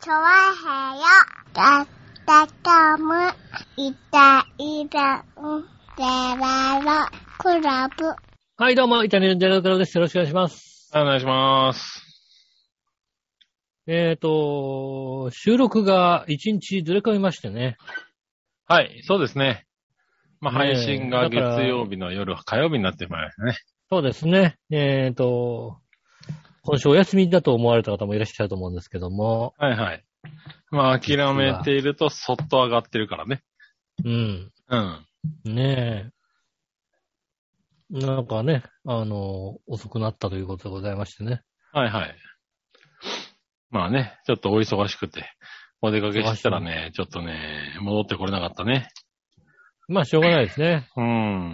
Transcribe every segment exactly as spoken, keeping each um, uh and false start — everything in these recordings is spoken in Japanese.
チョワヘヨだったかむいたいたんでららクラブ。 はい、どうも、イタリアンジェラードクラブです。よろしくお願いします。 はい、お願いします。 えーと、収録がいちにちずれ込みましてね。 はい、そうですね。まあ、 ねえ配信が月だから曜日の夜、火曜日になってまいりましたね。 そうですね。えーと、今週お休みだと思われた方もいらっしゃると思うんですけども。 はいはい。まあ、諦めていると、そっと上がってるからね。 うん。 うん。 ねえ。なんかね、あの、遅くなったということでございましてね。 はいはい。まあね、ちょっとお忙しくて、お出かけしたらね、ちょっとね、戻ってこれなかったね。 まあ、しょうがないですね。 うん。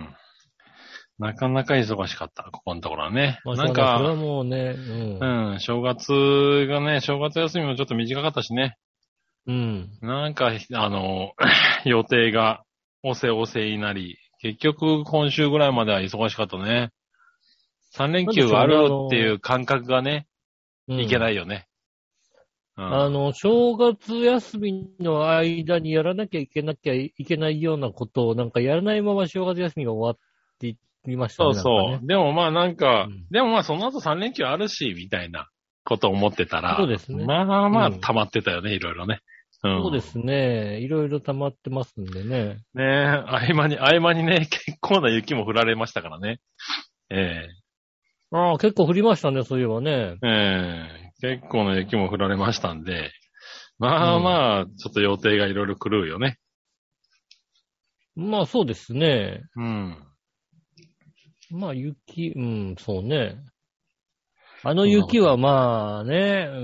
なかなか忙しかった、ここのところはね。 まあ、 なんそれはか、 もうね、うん。 うん、正月がね、正月休みもちょっと短かったしね。 うん。 なんか、あの、予定がおせおせになり、結局今週ぐらいまでは忙しかったね。さん連休があるっていう感覚がね、いけないよね。うん、 あの、正月休みの間にやらなきゃいけなきゃいけないようなことをなんかやらないまま正月休みが終わっていりましたね。 そうそう。 ね、 でもまあなんか、 うん、 でもまあその後さん連休あるし、みたいなことを思ってたら、 そうですね。 まあまあうん、 溜まってたよね、いろいろね。うん、 そうですね。いろいろ溜まってますんでね。 ねえ、合間に、合間にね、結構な雪も降られましたからね。ええああ、結構降りましたね、そういえばね。 ええ結構な雪も降られましたんで、まあまあ、ちょっと予定がいろいろ狂うよね。 まあそうですね。 うん。 まあ雪、うん、そうね。あの雪はまあね、うん。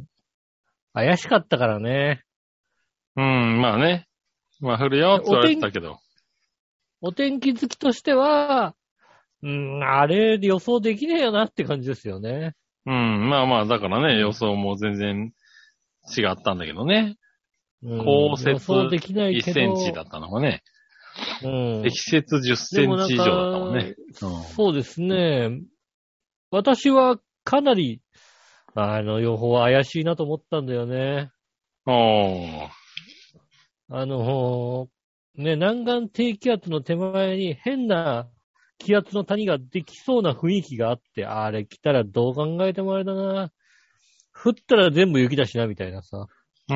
怪しかったからね。 うん、まあね。まあ降るよって言われてたけど。 お天気好きとしては、うん、あれ予想できねえよなって感じですよね。 うん、まあまあ、だからね、予想も全然違ったんだけどね。 うん、 降雪予想できない 1 けど。 センチだったのがね。 うん。 積雪じゅっセンチ以上だったもんね。 うん、そうですね。私はかなり、あの、予報怪しいなと思ったんだよね。 おー。 あの、ね、南岸低気圧の手前に変な気圧の谷ができそうな雰囲気があって、あれ来たらどう考えてもあれだな。降ったら全部雪だしな、みたいなさ。 うん。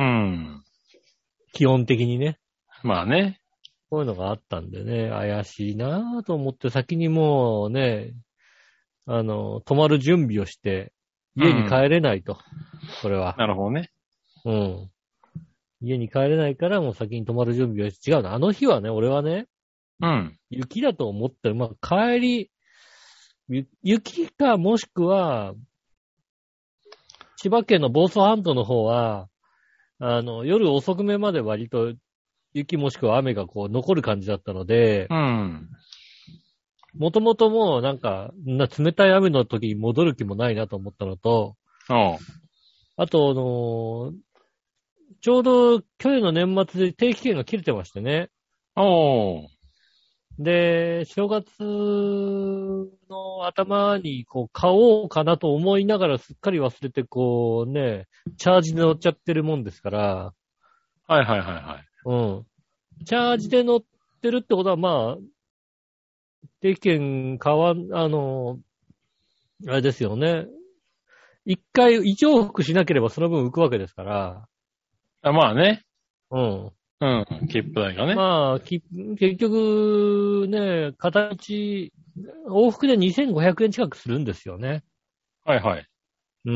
基本的にね。 まあね。 こういうのがあったんでね、怪しいなぁと思って先にもうね、あの、泊まる準備をして、家に帰れないと。うん、これは。 なるほどね。 うん。家に帰れないからもう先に泊まる準備をして、違うな。あの日はね、俺はね、 うん。 雪だと思ったら、まあ帰り、雪かもしくは、千葉県の房総半島の方は、あの、夜遅くめまで割と雪もしくは雨がこう残る感じだったので、 うん。 もともともうなんか、な冷たい雨の時に戻る気もないなと思ったのと、 おう。 あと、あのーちょうど去年の年末で定期券が切れてましてね。 おう。 で、正月の頭にこう買おうかなと思いながらすっかり忘れてこうね、チャージで乗っちゃってるもんですから、 はいはいはいはい。 うん。チャージで乗ってるってことはまあ、定期券買わん、あの、あれですよね。一回、一往復しなければその分浮くわけですから。 あまあね。 うん。 うん。切符代がね。 まあ、き結局、ね、片道、往復でにせんごひゃくえん近くするんですよね。 はいはい。 うん。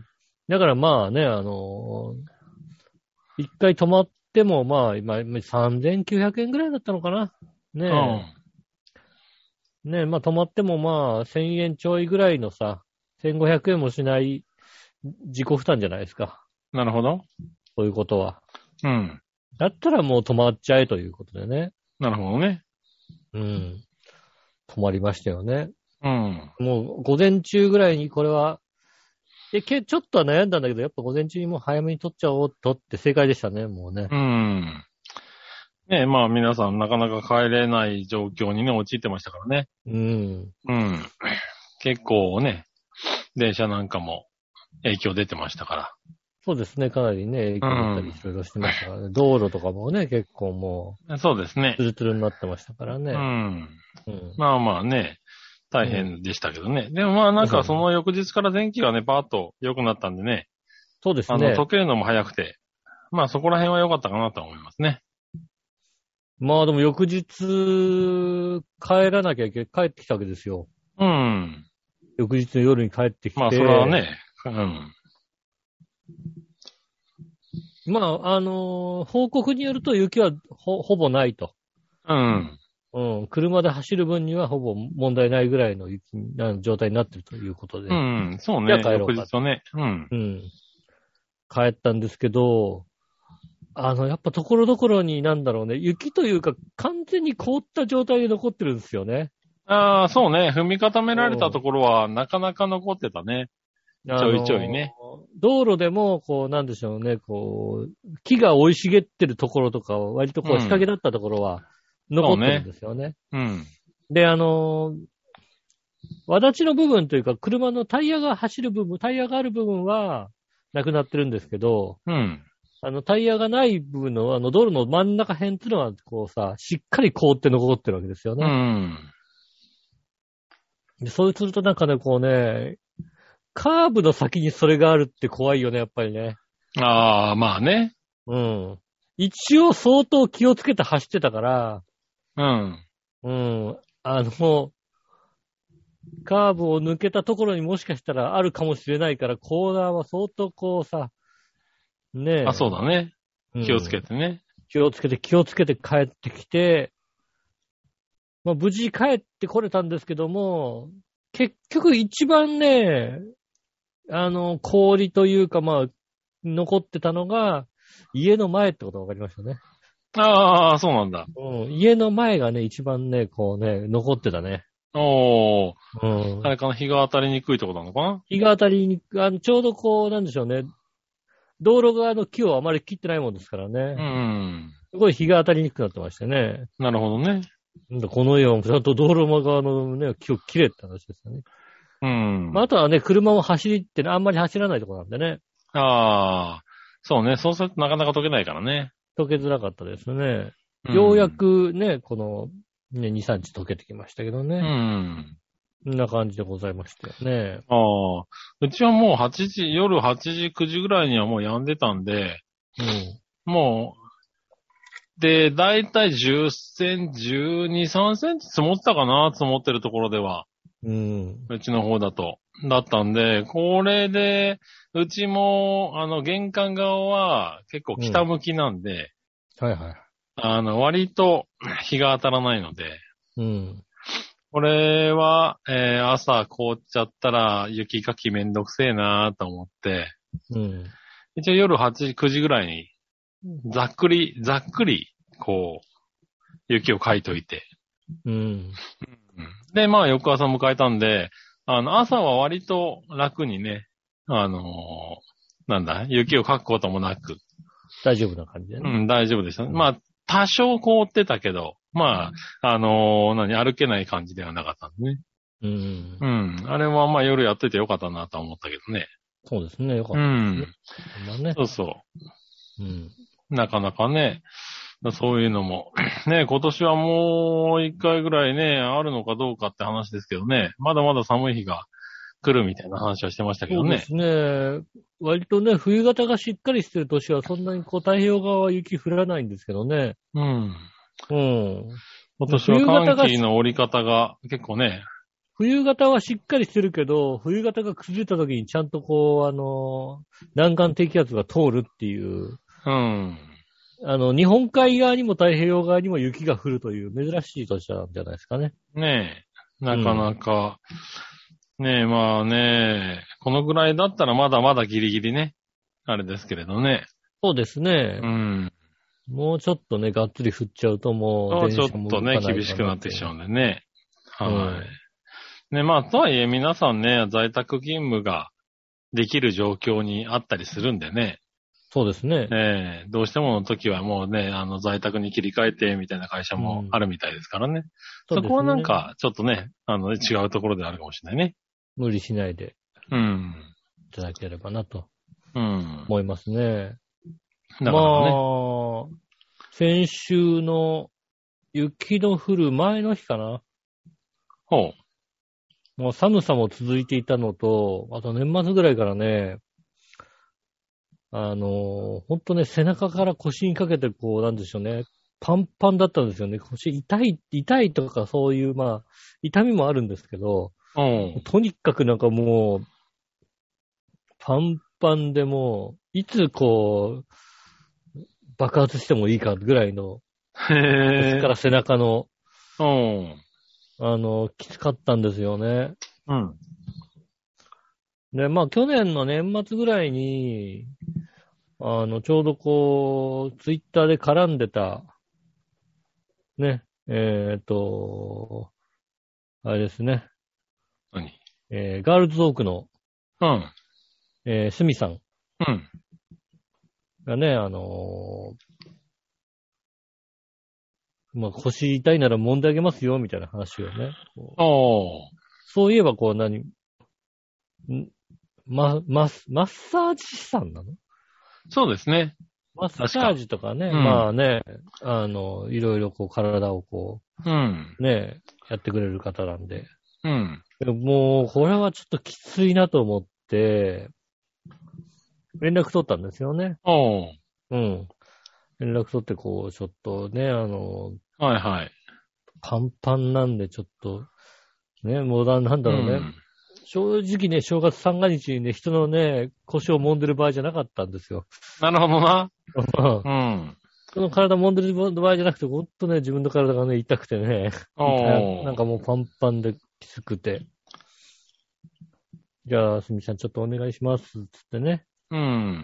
だからまあね、あの、一回泊まってもまあ、今、さんぜんきゅうひゃくえんぐらいだったのかな。ねえ。ねえ、まあ泊まってもまあ、せんえんちょいぐらいのさ、せんごひゃくえんもしない自己負担じゃないですか。 うん。なるほど。 そういうことは。 うん。 だったらもう泊まっちゃえということでね。 なるほどね。 うん。泊まりましたよね。 うん。 もう午前中ぐらいにこれは、で、け、ちょっとは悩んだんだけど、やっぱ午前中にもう早めに取っちゃおうとって正解でしたね、もうね。 うん。ねえ、まあ皆さんなかなか帰れない状況にね、陥ってましたからね。 うん。 うん。結構ね、電車なんかも影響出てましたから。 そうですね、かなりね、影響出たりいろいろしてましたからね。道路とかもね、結構もう。そうですね。 ツルツルになってましたからね。 うん。 うん、 まあまあね、大変でしたけどね。うん、でもまあなんかその翌日から天気がね、パーッと良くなったんでね。 そうですね。 あの、溶けるのも早くて。まあそこら辺は良かったかなと思いますね。 まあでも翌日、帰らなきゃいけ、帰ってきたわけですよ。 うん。 翌日の夜に帰ってきて。 まあそれはね、うん。 まあ、あのー、報告によると雪はほ、ほぼないと。 うん。 うん。車で走る分にはほぼ問題ないぐらいの雪の状態になってるということで。 うん。そうね。 じゃあ帰ろうか。 翌日はね。うん。 うん。帰ったんですけど、あの、やっぱところどころになんだろうね、雪というか完全に凍った状態で残ってるんですよね。 ああ、そうね。踏み固められたところはなかなか残ってたね。ちょいちょいね。 道路でも、こう、なんでしょうね、こう、木が生い茂ってるところとか、割とこう、日陰だったところは残ってるんですよね。 うん。 で、あの、わだちの部分というか、車のタイヤが走る部分、タイヤがある部分は、なくなってるんですけど、 うん。 あの、タイヤがない部分の、あの、道路の真ん中辺っていうのは、こうさ、しっかり凍って残ってるわけですよね。 うん。 でそうするとなんかね、こうね、カーブの先にそれがあるって怖いよね、やっぱりね。 ああ、まあね。 うん。一応相当気をつけて走ってたから、 うん。 うん。あの、カーブを抜けたところにもしかしたらあるかもしれないから、コーナーは相当こうさ、ねえ。 あ、そうだね。気をつけてね。うん、 気をつけて、気をつけて帰ってきて、まあ無事帰ってこれたんですけども、結局一番ね、あの、氷というか、まあ、残ってたのが、家の前ってことが分かりましたね。 ああ、そうなんだ。 うん。家の前がね、一番ね、こうね、残ってたね。 おー。 うん。 あれかな、日が当たりにくいところなのかな？ 日が当たりに、あの、ちょうどこう、なんでしょうね。道路側の木をあまり切ってないもんですからね。 うん。 すごい日が当たりにくくなってましてね。 なるほどね。 この家はちゃんと道路側のね、木を切れって話ですよね。 うん。 まあ、あとはね、車も走りってね、あんまり走らないところなんでね。 ああ、そうね。そうするとなかなか解けないからね。 溶けづらかったですね。うん、ようやくね、この、ね、に、さんにち溶けてきましたけどね。 うん。 こんな感じでございましたよね。 ああ、うちはもうはちじ、夜はちじ、くじぐらいにはもう止んでたんで、 うん、 もう、で、だいたいじゅっセンチ、じゅうに、さんセンチ積もってたかな、積もってるところでは。 うん。 うちの方だと。だったんで、これで、うちも、あの、玄関側は結構北向きなんで、 うん、はいはい。 あの、割と日が当たらないので、 うん。 これは、えー、朝凍っちゃったら雪かきめんどくせえなーと思って、 うん。 一応夜はちじ、くじぐらいに、ざっくり、ざっくり、こう、雪をかいといて。 うん。 で、まあ翌朝迎えたんで、あの、朝は割と楽にね、あのー、なんだ、雪をかくこともなく。 大丈夫な感じでね。 うん、大丈夫でした。うん、まあ、多少凍ってたけど、まあ、あのー、何、歩けない感じではなかったんでね。 うん。 うん。あれはまあ夜やっといてよかったなと思ったけどね。 そうですね、よかったですね。うん。 まあね、そうそう。 うん。 なかなかね、そういうのも。ね、今年はもう一回ぐらいね、あるのかどうかって話ですけどね。まだまだ寒い日が来るみたいな話はしてましたけどね。 そうですね。割とね、冬型がしっかりしてる年はそんなにこう太平洋側は雪降らないんですけどね。 うん。 うん。 今年は寒気の折り方が結構ね。 冬型はしっかりしてるけど、冬型が崩れた時にちゃんとこう、あの、南岸低気圧が通るっていう。 うん。 あの、日本海側にも太平洋側にも雪が降るという珍しい年なんじゃないですかね。 ねえ。なかなか。うん、ねえ、まあね、このぐらいだったらまだまだギリギリね。あれですけれどね。 そうですね。 うん。 もうちょっとね、がっつり降っちゃうともう、 もうちょっとね、厳しくなってきちゃうんでね。はい。うんね、まあ、とはいえ皆さんね、在宅勤務ができる状況にあったりするんでね。 そうですね。 ええー、どうしてもの時はもうね、あの、在宅に切り替えてみたいな会社もあるみたいですからね。うん、そこはなんか、ちょっとね、あの、違うところであるかもしれないね。 無理しないで。 うん。 いただければなと。 うん。 思いますね。 だからね。 まあ、先週の雪の降る前の日かな。 ほう。 もう寒さも続いていたのと、あと年末ぐらいからね、あの、ほんとね、背中から腰にかけてこう、なんでしょうね、パンパンだったんですよね。腰痛い、痛いとかそういう、まあ、痛みもあるんですけど、 うん。 とにかくなんかもう、パンパンでもう、いつこう、爆発してもいいかぐらいの、 へ腰え。 から背中の、 うん。 あの、きつかったんですよね。 うん。 で、まあ、去年の年末ぐらいに、あの、ちょうどこう、ツイッターで絡んでた、ね、えっと、あれですね、 何？ えーガールズトークの、 うん。 えー、スミさんうん。 がね、あのーまあ、腰痛いなら揉んであげますよ、みたいな話をね。こうおー。 そういえば、こう、何、んま、ま、マッサージ師さんなの？ そうですね。 マッサージとかね、 うんまあね、あの、いろいろこう、体をこうん。 う、ね、やってくれる方なんで。 うん。 でももう、これはちょっときついなと思って、連絡取ったんですよね。 おー。 うん。連絡取って、こう、ちょっとね、あの、 はいはい。 パンパンなんで、ちょっと、ね、もうな、なんだろうね。 うん。 正直ね、正月三が日にね、人のね、腰を揉んでる場合じゃなかったんですよ。 なるほどな。 うんうん。 人の体揉んでる場合じゃなくて、ほんとね、自分の体がね、痛くてね、 おー。 なんかもうパンパンできつくて。じゃあ、すみさんちょっとお願いします、つってね。 うん。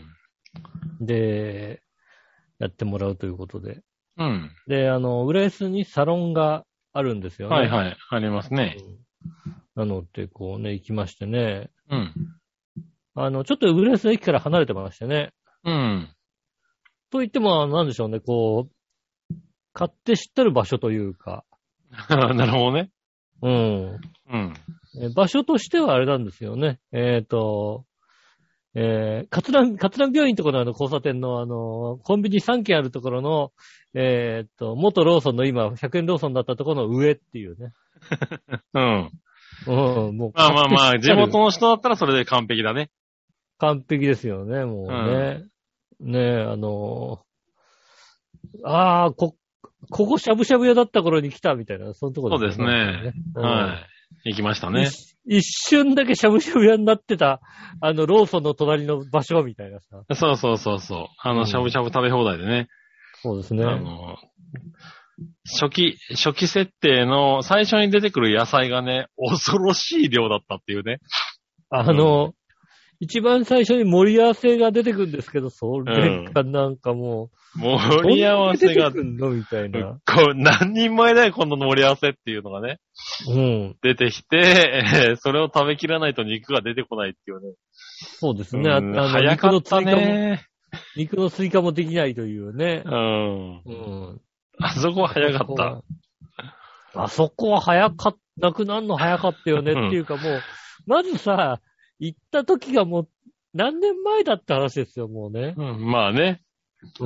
で、やってもらうということで。 うん。 で、あの、浦安にサロンがあるんですよね。 はいはい。ありますね。 なので、こうね、行きましてね。 うん。 あの、ちょっと浦安の駅から離れてましてね。 うん。 と言っても、なんでしょうね、こう、買って知ってる場所というか、 なるほどね。 うん。 うん。 え場所としてはあれなんですよね。えっ、と、えー、カツラン、カツラン病院のところのあの交差点のあの、コンビニさん軒あるところの、えっ、と、元ローソンの今、ひゃくえんローソンだったところの上っていうね。 うん。 うん、もう、 まあまあまあ、地元のの人だったらそれで完璧だね。 完璧ですよね、もうね。ねえ、あのーああ、こ、ここしゃぶしゃぶ屋だった頃に来たみたいな、そのところそうですね。 うんはい。行きましたね。 一一瞬だけしゃぶしゃぶ屋になってた、あの、ローソンの隣の場所みたいなさ。 そうそうそうそう。あの、 うんしゃぶしゃぶ食べ放題でね。 そうですね。 あの、初期、初期設定の最初に出てくる野菜がね、恐ろしい量だったっていうね。 あの、一番最初に盛り合わせが出てくるんですけど、それがなんかもう、 盛り合わせが、 どんなに出てくんのみたいな。 こう何人前だよ、この盛り合わせっていうのがね、 うん。 出てきて、えーそれを食べきらないと肉が出てこないっていうね。 そうですね。あうんあの早かった肉の追加も、 ね。 肉の追加もできないというね。 うん。 うん。 あそこは早かった。 あそこは早かっ、なくなるの早かったよねっていうかもう、まずさ、行った時がもう何年前だって話ですよ、もうね。 うん、まあね。 うん。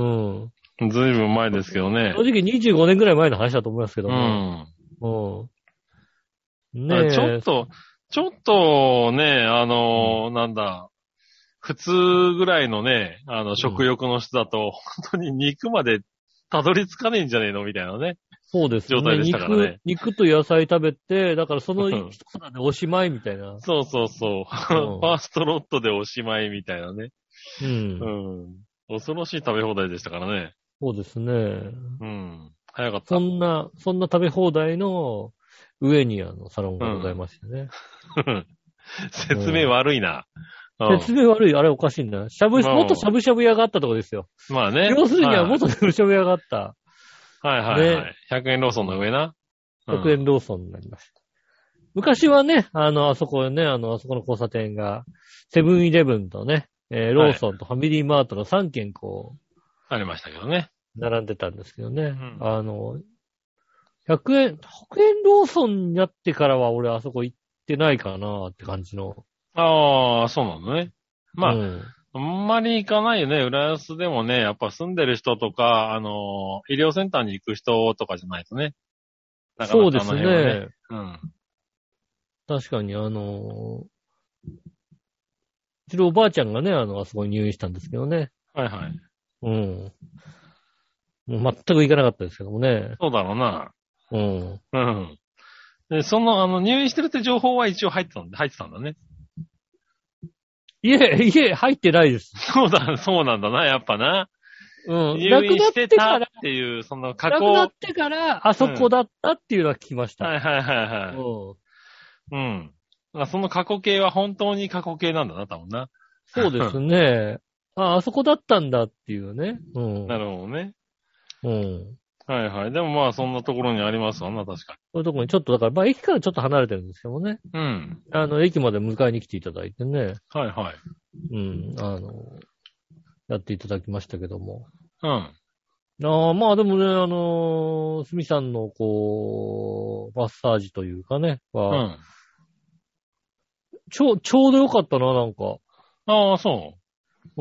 ずいぶん前ですけどね正。直にじゅうごねんぐらい前の話だと思いますけどうも。 ん。 うん。ねえ。 ちょっと、ちょっとね、あのーなんだ、普通ぐらいのね、あの、食欲の人だと、本当に肉までたどり着かねえんじゃねえのみたいなね。 そうですね。 状態でしたからね肉、肉と野菜食べて、だからその一皿でおしまいみたいな。 そうそうそう。ファーストロットでおしまいみたいなね。 うん。 うん。恐ろしい食べ放題でしたからね。 そうですね。 うん。早かったそ。んな、そんな食べ放題の上にあの、サロンがございましてね。 説明悪いな。うん説明悪い、あれおかしいんだ。しゃぶ、 まあ元しゃぶしゃぶ屋があったとこですよ。 まあね。 要するにははい元しゃぶしゃぶ屋があった。 はいはいはい。 ねひゃくえんローソンの上な。 ひゃくえんローソンになりました。昔はね、あの、あそこね、あの、あそこの交差点が、セブンイレブンとね、えーローソンとファミリーマートのさん軒こう、 ありましたけどね。 並んでたんですけどね。 んあの、ひゃくえん、ひゃくえんローソンになってからは俺あそこ行ってないかなって感じの。 ああ、そうなのね。まあ、 うん、 あんまり行かないよね。浦安でもね、やっぱ住んでる人とか、あの、医療センターに行く人とかじゃないとね。なかなかそうですあの辺はね。 うん。 確かに、あの、うちのおばあちゃんがね、あの、あそこに入院したんですけどね。 はいはい。 うん。もう全く行かなかったですけどもね。 そうだろうな。 うん。 うん。で、その、あの、入院してるって情報は一応入ってたんだ、入ってたんだね。 いえ、いえ、入ってないです。 そうだ、そうなんだな、やっぱな。 うん。 入院亡くなっしてたってから、 ていう、その過亡去。 くなってから、あそこだったっていうのは聞きました。 はいはいはいはい。 うん。 うん。まあその過去形は本当に過去形なんだな、多分な。 そうですね。あ、あそこだったんだっていうね。うん。 なるほどね。 うん。 はいはい。でもまあそんなところにありますわな、確かそういうところにちょっと、だから、まあ、駅からちょっと離れてるんですけどね。 に。うん。 あの、駅まで迎えに来ていただいてね。 はいはい。 うん。あの、やっていただきましたけども。 うん。 ああ、まあでもね、あのー、すみさんの、こう、マッサージというかね、 うは、 ん。 ちょ、ちょうどよかったな、なんか。 ああ、そうん。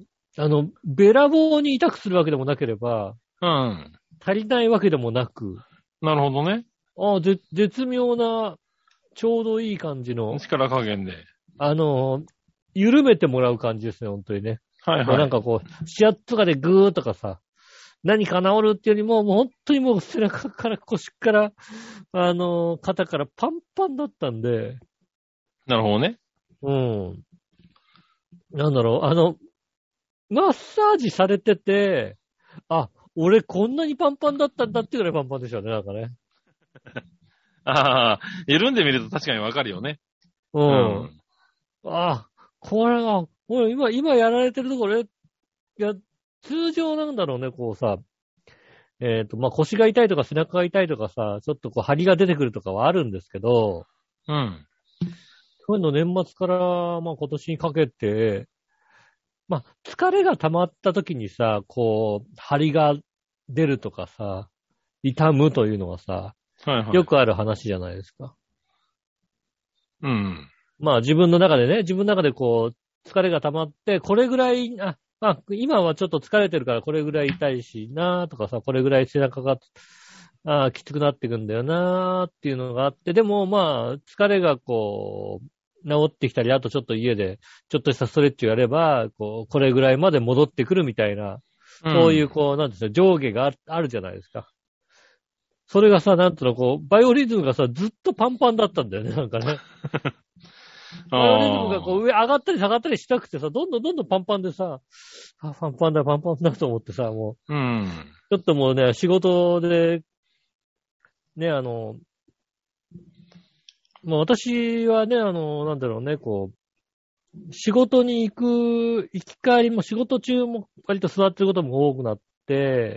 あの、べらぼうに痛くするわけでもなければ、 う。うん。 足りないわけでもなく、 なるほどね。 ああ、ぜ、絶妙な、ちょうどいい感じの、 力加減で。 あのー、緩めてもらう感じですね、本当にね。こうはいはい。 なんかこう、指圧とかでグーとかさ、何か治るっていうよりも、もう本当にもう背中から腰から、あのー、肩からパンパンだったんで、 なるほどね。 うん。なんだろう、あの、マッサージされてて、あ、俺こんなにパンパンだったんだっていうぐらいパンパンでしたね、なんかね。 ああ、緩んでみると確かにわかるよね。 う。 うんん。 あ、これが、これ今、今やられてるところ、えいや、通常なんだろうね、こうさ、えっと、まあ、腰が痛いとか背中が痛いとかさ、ちょっとこう張りが出てくるとかはあるんですけど、 うん。 去年の年末から、まあ、今年にかけて、まあ、疲れが溜まった時にさ、こう、張りが出るとかさ、痛むというのはさ、 はいはい。 よくある話じゃないですか。 うん。 まあ自分の中でね、自分の中でこう、疲れが溜まって、これぐらい、あ、まあ今はちょっと疲れてるからこれぐらい痛いしなとかさ、これぐらい背中が、あきつくなってくんだよなっていうのがあって、でもまあ疲れがこう、治ってきたり、あとちょっと家でちょっとしたストレッチをやれば、こう、これぐらいまで戻ってくるみたいな、そういうこう、なんですか、上下がああるじゃないですか。それがさ、なんとのこう、バイオリズムがさ、ずっとパンパンだったんだよね、なんかね。バイオリズムがこう上上がったり下がったりしたくてさ、どんどんどんどんパンパンでさ、あ、パンパンだ、パンパンだと思ってさ、もうん。 う、ちょっともうね、仕事で、ね、あの、まあ私はね、あの、なんだろうね、こう、仕事に行く、行き帰りも仕事中も割と座ってることも多くなって、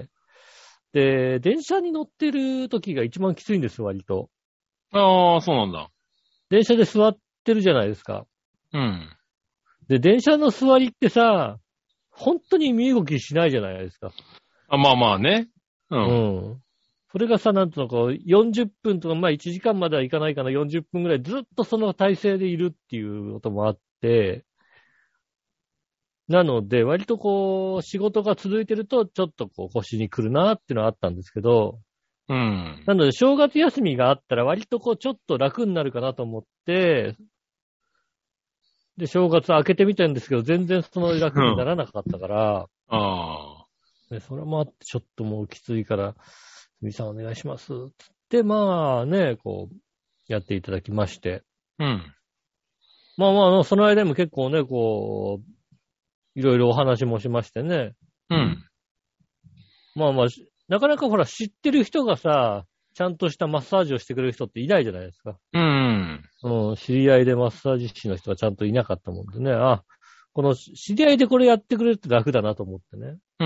で、電車に乗ってる時が一番きついんですよ、割と。 ああ、そうなんだ。 電車で座ってるじゃないですか。 うん。 で、電車の座りってさ、本当に身動きしないじゃないですか。 あ、まあまあね。う。 うんん。それがさ、なんとなくよんじゅっぷんとか、まあいちじかんまではいかないかな、よんじゅっぷんぐらいずっとその体勢でいるっていうこともあって、なので、割とこう、仕事が続いてると、ちょっとこう腰に来るなっていうのはあったんですけど、 うん。 なので、正月休みがあったら割とこう、ちょっと楽になるかなと思って、で、正月明けてみたんですけど、全然その楽にならなかったから、 ああ。 ね、それもあってちょっともうきついから、すみさんお願いします。つって、まあね、こう、やっていただきまして。 うん。 まあまあ、あのその間にも結構ね、こう、いろいろお話もしましてね。 うん。 まあまあ、なかなかほら、知ってる人がさ、ちゃんとしたマッサージをしてくれる人っていないじゃないですか。 うん。 うん、知り合いでマッサージ師の人がちゃんといなかったもんでね。あ、この知り合いでこれやってくれるって楽だなと思ってね。 うん。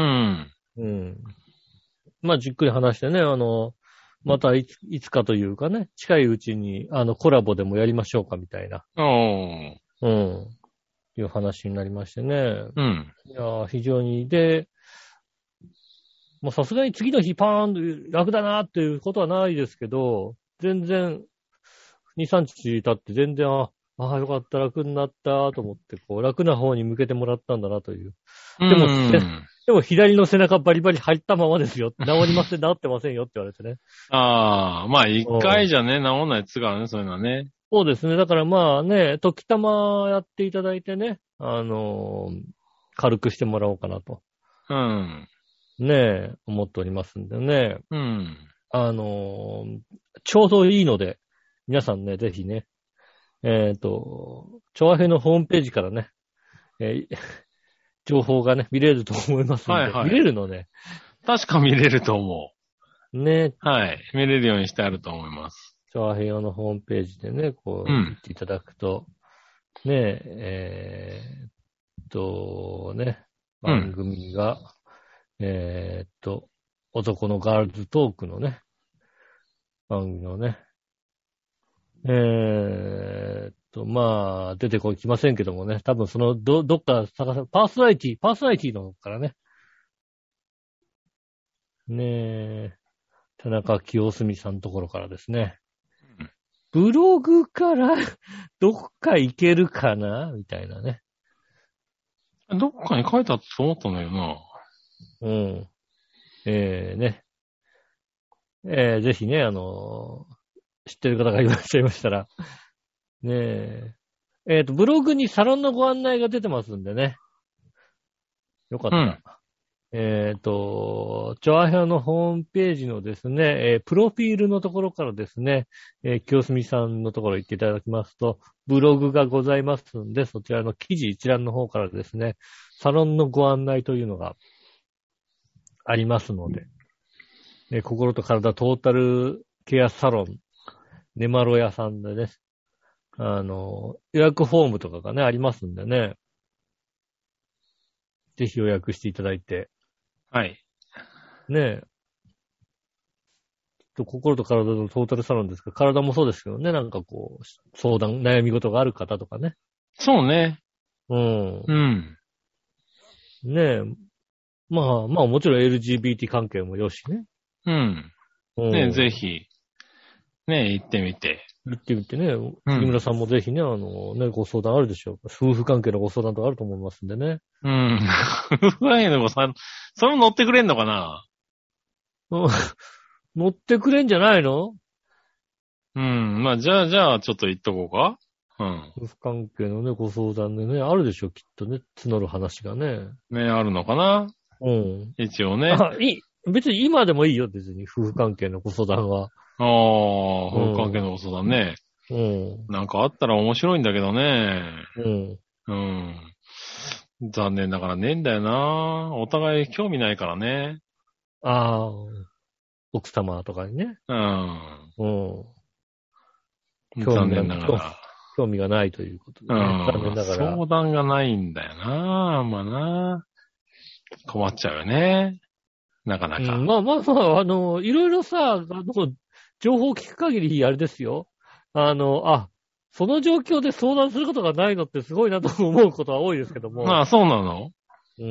うん。まあ、じっくり話してね、あの、またいつ、いつかというかね、近いうちに、あの、コラボでもやりましょうかみたいな。 おー。 うん。いう話になりましてね。 うん。 いやー、非常に、で、もうさすがに次の日パーンと楽だなっていうことはないですけど、全然、に、さんにち経って全然、あ、 ああ、よかった、楽になったと思って、こう、楽な方に向けてもらったんだなという。 ででも、 も、 でも左の背中バリバリ入ったままですよ。治りません、治ってませんよって言われてね。 ああ、まあ一回じゃね、治んないやつがね、そういうのはね。 そうですね。だからまあね、時たまやっていただいてね、あのー軽くしてもらおうかなと。 うん。 ねえ、思っておりますんでね。 うん。 あのーちょうどいいので、皆さんね、ぜひね、えっ、と、調和平のホームページからね、えー情報がね、見れると思いますんで、 はいはい見れるのね。 確か見れると思ね、 う。はい。見れるようにしてあると思います。 調和平のホームページでね、こう、 うん見ていただくと、ねえ、えーっと、ね、番組が、えーっと、男のガールズトークのね、番組のね、えーっと、まあ、出てこいきませんけどもね、多分その、ど、どっか探さ、パーソナリティ、パーソナリティの方からね、ねえ、田中清澄さんのところからですね、ブログからどっか行けるかなみたいなね。 どっかに書いてあったと思ったんだよな。 うん。えー、ね。えー、ぜひね、あのー、知ってる方がいらっしゃいましたら、ねえ。えっと、ブログにサロンのご案内が出てますんでね。よかった。 うんえっと、チョアヘアのホームページのですね、えープロフィールのところからですね、えー、清澄さんのところ行っていただきますと、ブログがございますんで、そちらの記事一覧の方からですね、サロンのご案内というのがありますので、えー心と体トータルケアサロン、ネマロ屋さんでね、あの、予約フォームとかがね、ありますんでね、ぜひ予約していただいて、 はい。 ねえ、と心と体のトータルサロンですから、体もそうですけどね、なんかこう、相談、悩み事がある方とかね。 そうね。 うん。 うん。 ねえ。まあ、まあもちろん エルジービーティー 関係もよしね。 うん。 うん。 ね、ぜひ、ね、行ってみて。 行ってみてね、杉村さんもぜひね、あの、ね、ご相談あるでしょう。夫婦関係のご相談とかあると思いますんでね。 うん。夫婦関係のごさん、それも乗ってくれんのかな？ うん乗ってくれんじゃないの？ うん。まあ、じゃあ、じゃあ、ちょっと言っとこうか。うん。 夫婦関係のね、ご相談でね、あるでしょう、きっとね、募る話がね。 ね、あるのかな？ うん。 一応ね。 あ、いい。別に今でもいいよ、別に、夫婦関係のご相談は。 ああ、夫婦関係のご相談ね。 うん。 なんかあったら面白いんだけどね。 うん。 うん。残念だからねえんだよな。お互い興味ないからね。 ああ、奥様とかにね。 うん。 うん。興残味が念ながら。 興味がないということでうね。残念ん。 ながら。 相談がないんだよな。あんまな。困っちゃうよね。なかなか。 うん、まあまあまあ、あの、いろいろさ、あの、情報を聞く限りあれですよ。あの、あ、その状況で相談することがないのってすごいなと思うことは多いですけども。 まあ、そうなの？ うん。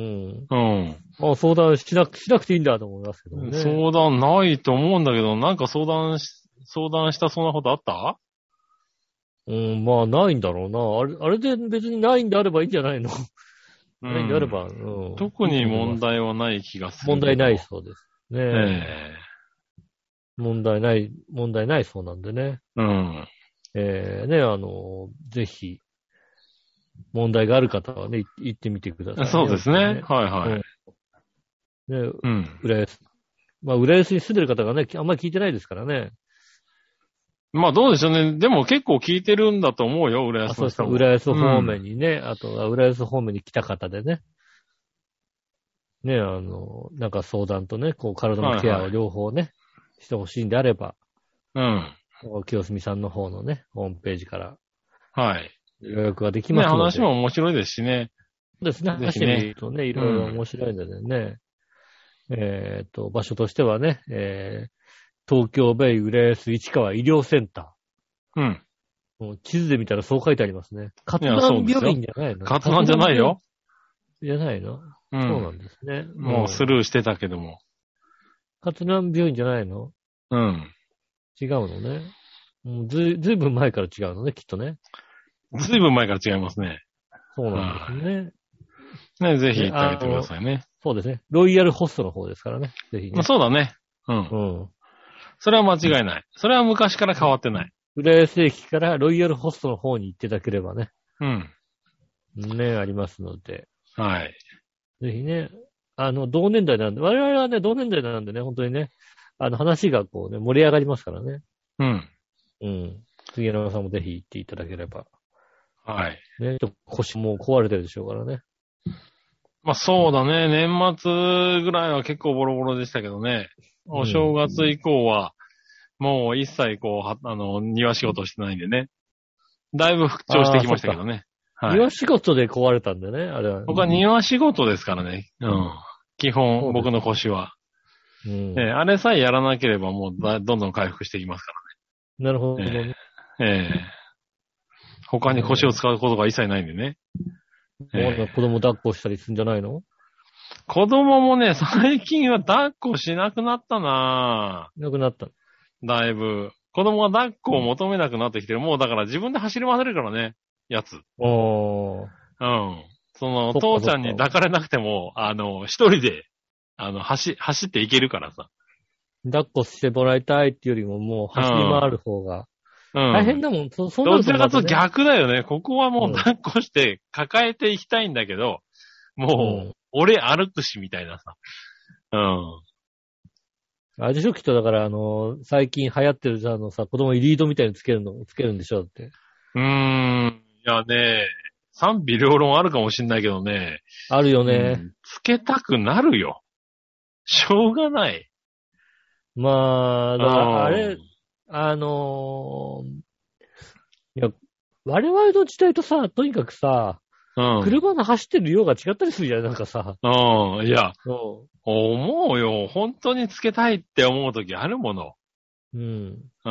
うん。 まあ、相談しなく、しなくていいんだと思いますけどもね。 相談ないと思うんだけど、なんか相談し、相談したそんなことあった？ うん、まあ、ないんだろうな。あれ、あれで別にないんであればいいんじゃないの？ うないんであれば、 ん。 うん。 特に問題はない気がする。 問題ないそうです。ねえ。 え問題ない、問題ないそうなんでね。 えうん。 えー、ね、あの、ぜひ、問題がある方はね、い行ってみてください、ね。 そうですね。はいはい。 うんね、 うん。 浦安。まあ、浦安に住んでる方がね、あんまり聞いてないですからね。 まあどうでしょうね。でも結構聞いてるんだと思うよ、浦あ、そうですか。 安の人も。 浦安方面にね、あとは浦安方面に来た方でね。ね、あの、なんか相談とね、こう体のケアを両方ね、してほしいんであれば、 うん。 清澄さんの方のね、ホームページからはい。 予約ができね、 ますので。 話も面白いですしね。 そうですね。 ぜ話してひねみるとね、いろいろ面白いのでね。えっと、場所としてはね、えー、東京ベイ浦安市川医療センタうん。 ー。もう地図で見たらそう書いてありますね。勝やそうですよ南病院じゃないの？ カツランじゃないよ。 じゃないの？ う。 そうなんんですね。 もうスルーしてたけども。 勝南病院じゃないの？ うん。 違うのね。もうずい、ずいぶん前から違うのね、きっとね。 ずいぶん前から違いますね。 そうなんですね。 ね、ぜひ行ってあげてくださいね。 そうですね。ロイヤルホストの方ですからね。ぜひね。 そうだね。うん。うん。それは間違いない。それは昔から変わってない。浦安駅からロイヤルホストの方に行っていただければね。 うん。 ね、ありますので。 はい。 ぜひね、あの、同年代なんで、我々はね、同年代なんでね、本当にね、あの、話がこうね、盛り上がりますからね。 うん。 うん。杉山さんもぜひ行っていただければ。 はい。 ね、ちょっと腰も壊れてるでしょうからね。 まあそうだね。年末ぐらいは結構ボロボロでしたけどね。お正月以降は、もう一切こう、はあの、庭仕事してないんでね。だいぶ復調してきましたけどね。 はい。庭仕事で壊れたんでね、あれは。 僕は庭仕事ですからね。うん。基本、僕の腰は。うん、えー、あれさえやらなければもうだどんどん回復していきますからね。なるほどね。 えー、えー、他に腰を使うことが一切ないんでね。 えー、子供抱っこしたりするんじゃないの？ 子供もね、最近は抱っこしなくなったなぁ。なくなった。 だいぶ。子供は抱っこを求めなくなってきてる。もうだから自分で走り回れるからね。やつ。 おー。 うん。その、父ちゃんに抱かれなくても、あの、一人で、あの、走、走っていけるからさ。 抱っこしてもらいたいっていうよりももう走り回る方が。うん。大変だもん。そ、そんなどちらかというと逆だよね。ここはもう抱っこして抱えていきたいんだけど、うん、もう、俺歩くしみたいなさ。うん。 あれでしょきっとだから、あの、最近流行ってるあのさ、子供にリードみたいにつけるの、つけるんでしょって。 うーん。いやね、賛否両論あるかもしんないけどね。 あるよね、うん。 つけたくなるよ。しょうがない。 まあ、だからあれ、あのー、いや、我々の時代とさ、とにかくさ、うん、車の走ってる量が違ったりするじゃん、なんかさ。 うん、いや、 うん、 思うよ。本当につけたいって思うときあるもの。 うん。 うん。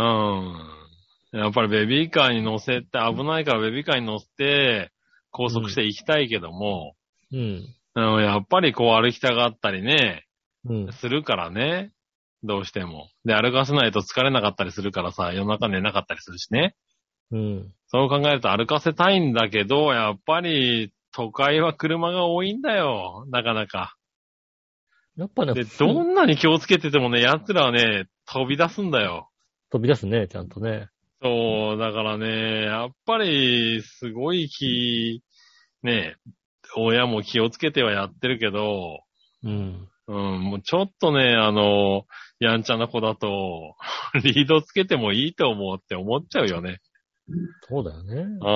やっぱりベビーカーに乗せて、危ないからベビーカーに乗せて、高速して行きたいけども、 うん。 うん、やっぱりこう歩きたがったりね、 うん、 するからね。どうしても。で、歩かせないと疲れなかったりするからさ、夜中寝なかったりするしね。 うん。 そう考えると歩かせたいんだけど、やっぱり都会は車が多いんだよ。なかなか。 やっぱね、 で、どんなに気をつけててもね、奴らはね、飛び出すんだよ。 飛び出すね、ちゃんとね。 そう、だからね、やっぱり、すごい気、ね、親も気をつけてはやってるけど、 うん。 うん、もうちょっとね、あの、やんちゃな子だと、リードつけてもいいと思うって思っちゃうよね。 そうだよね。 うん。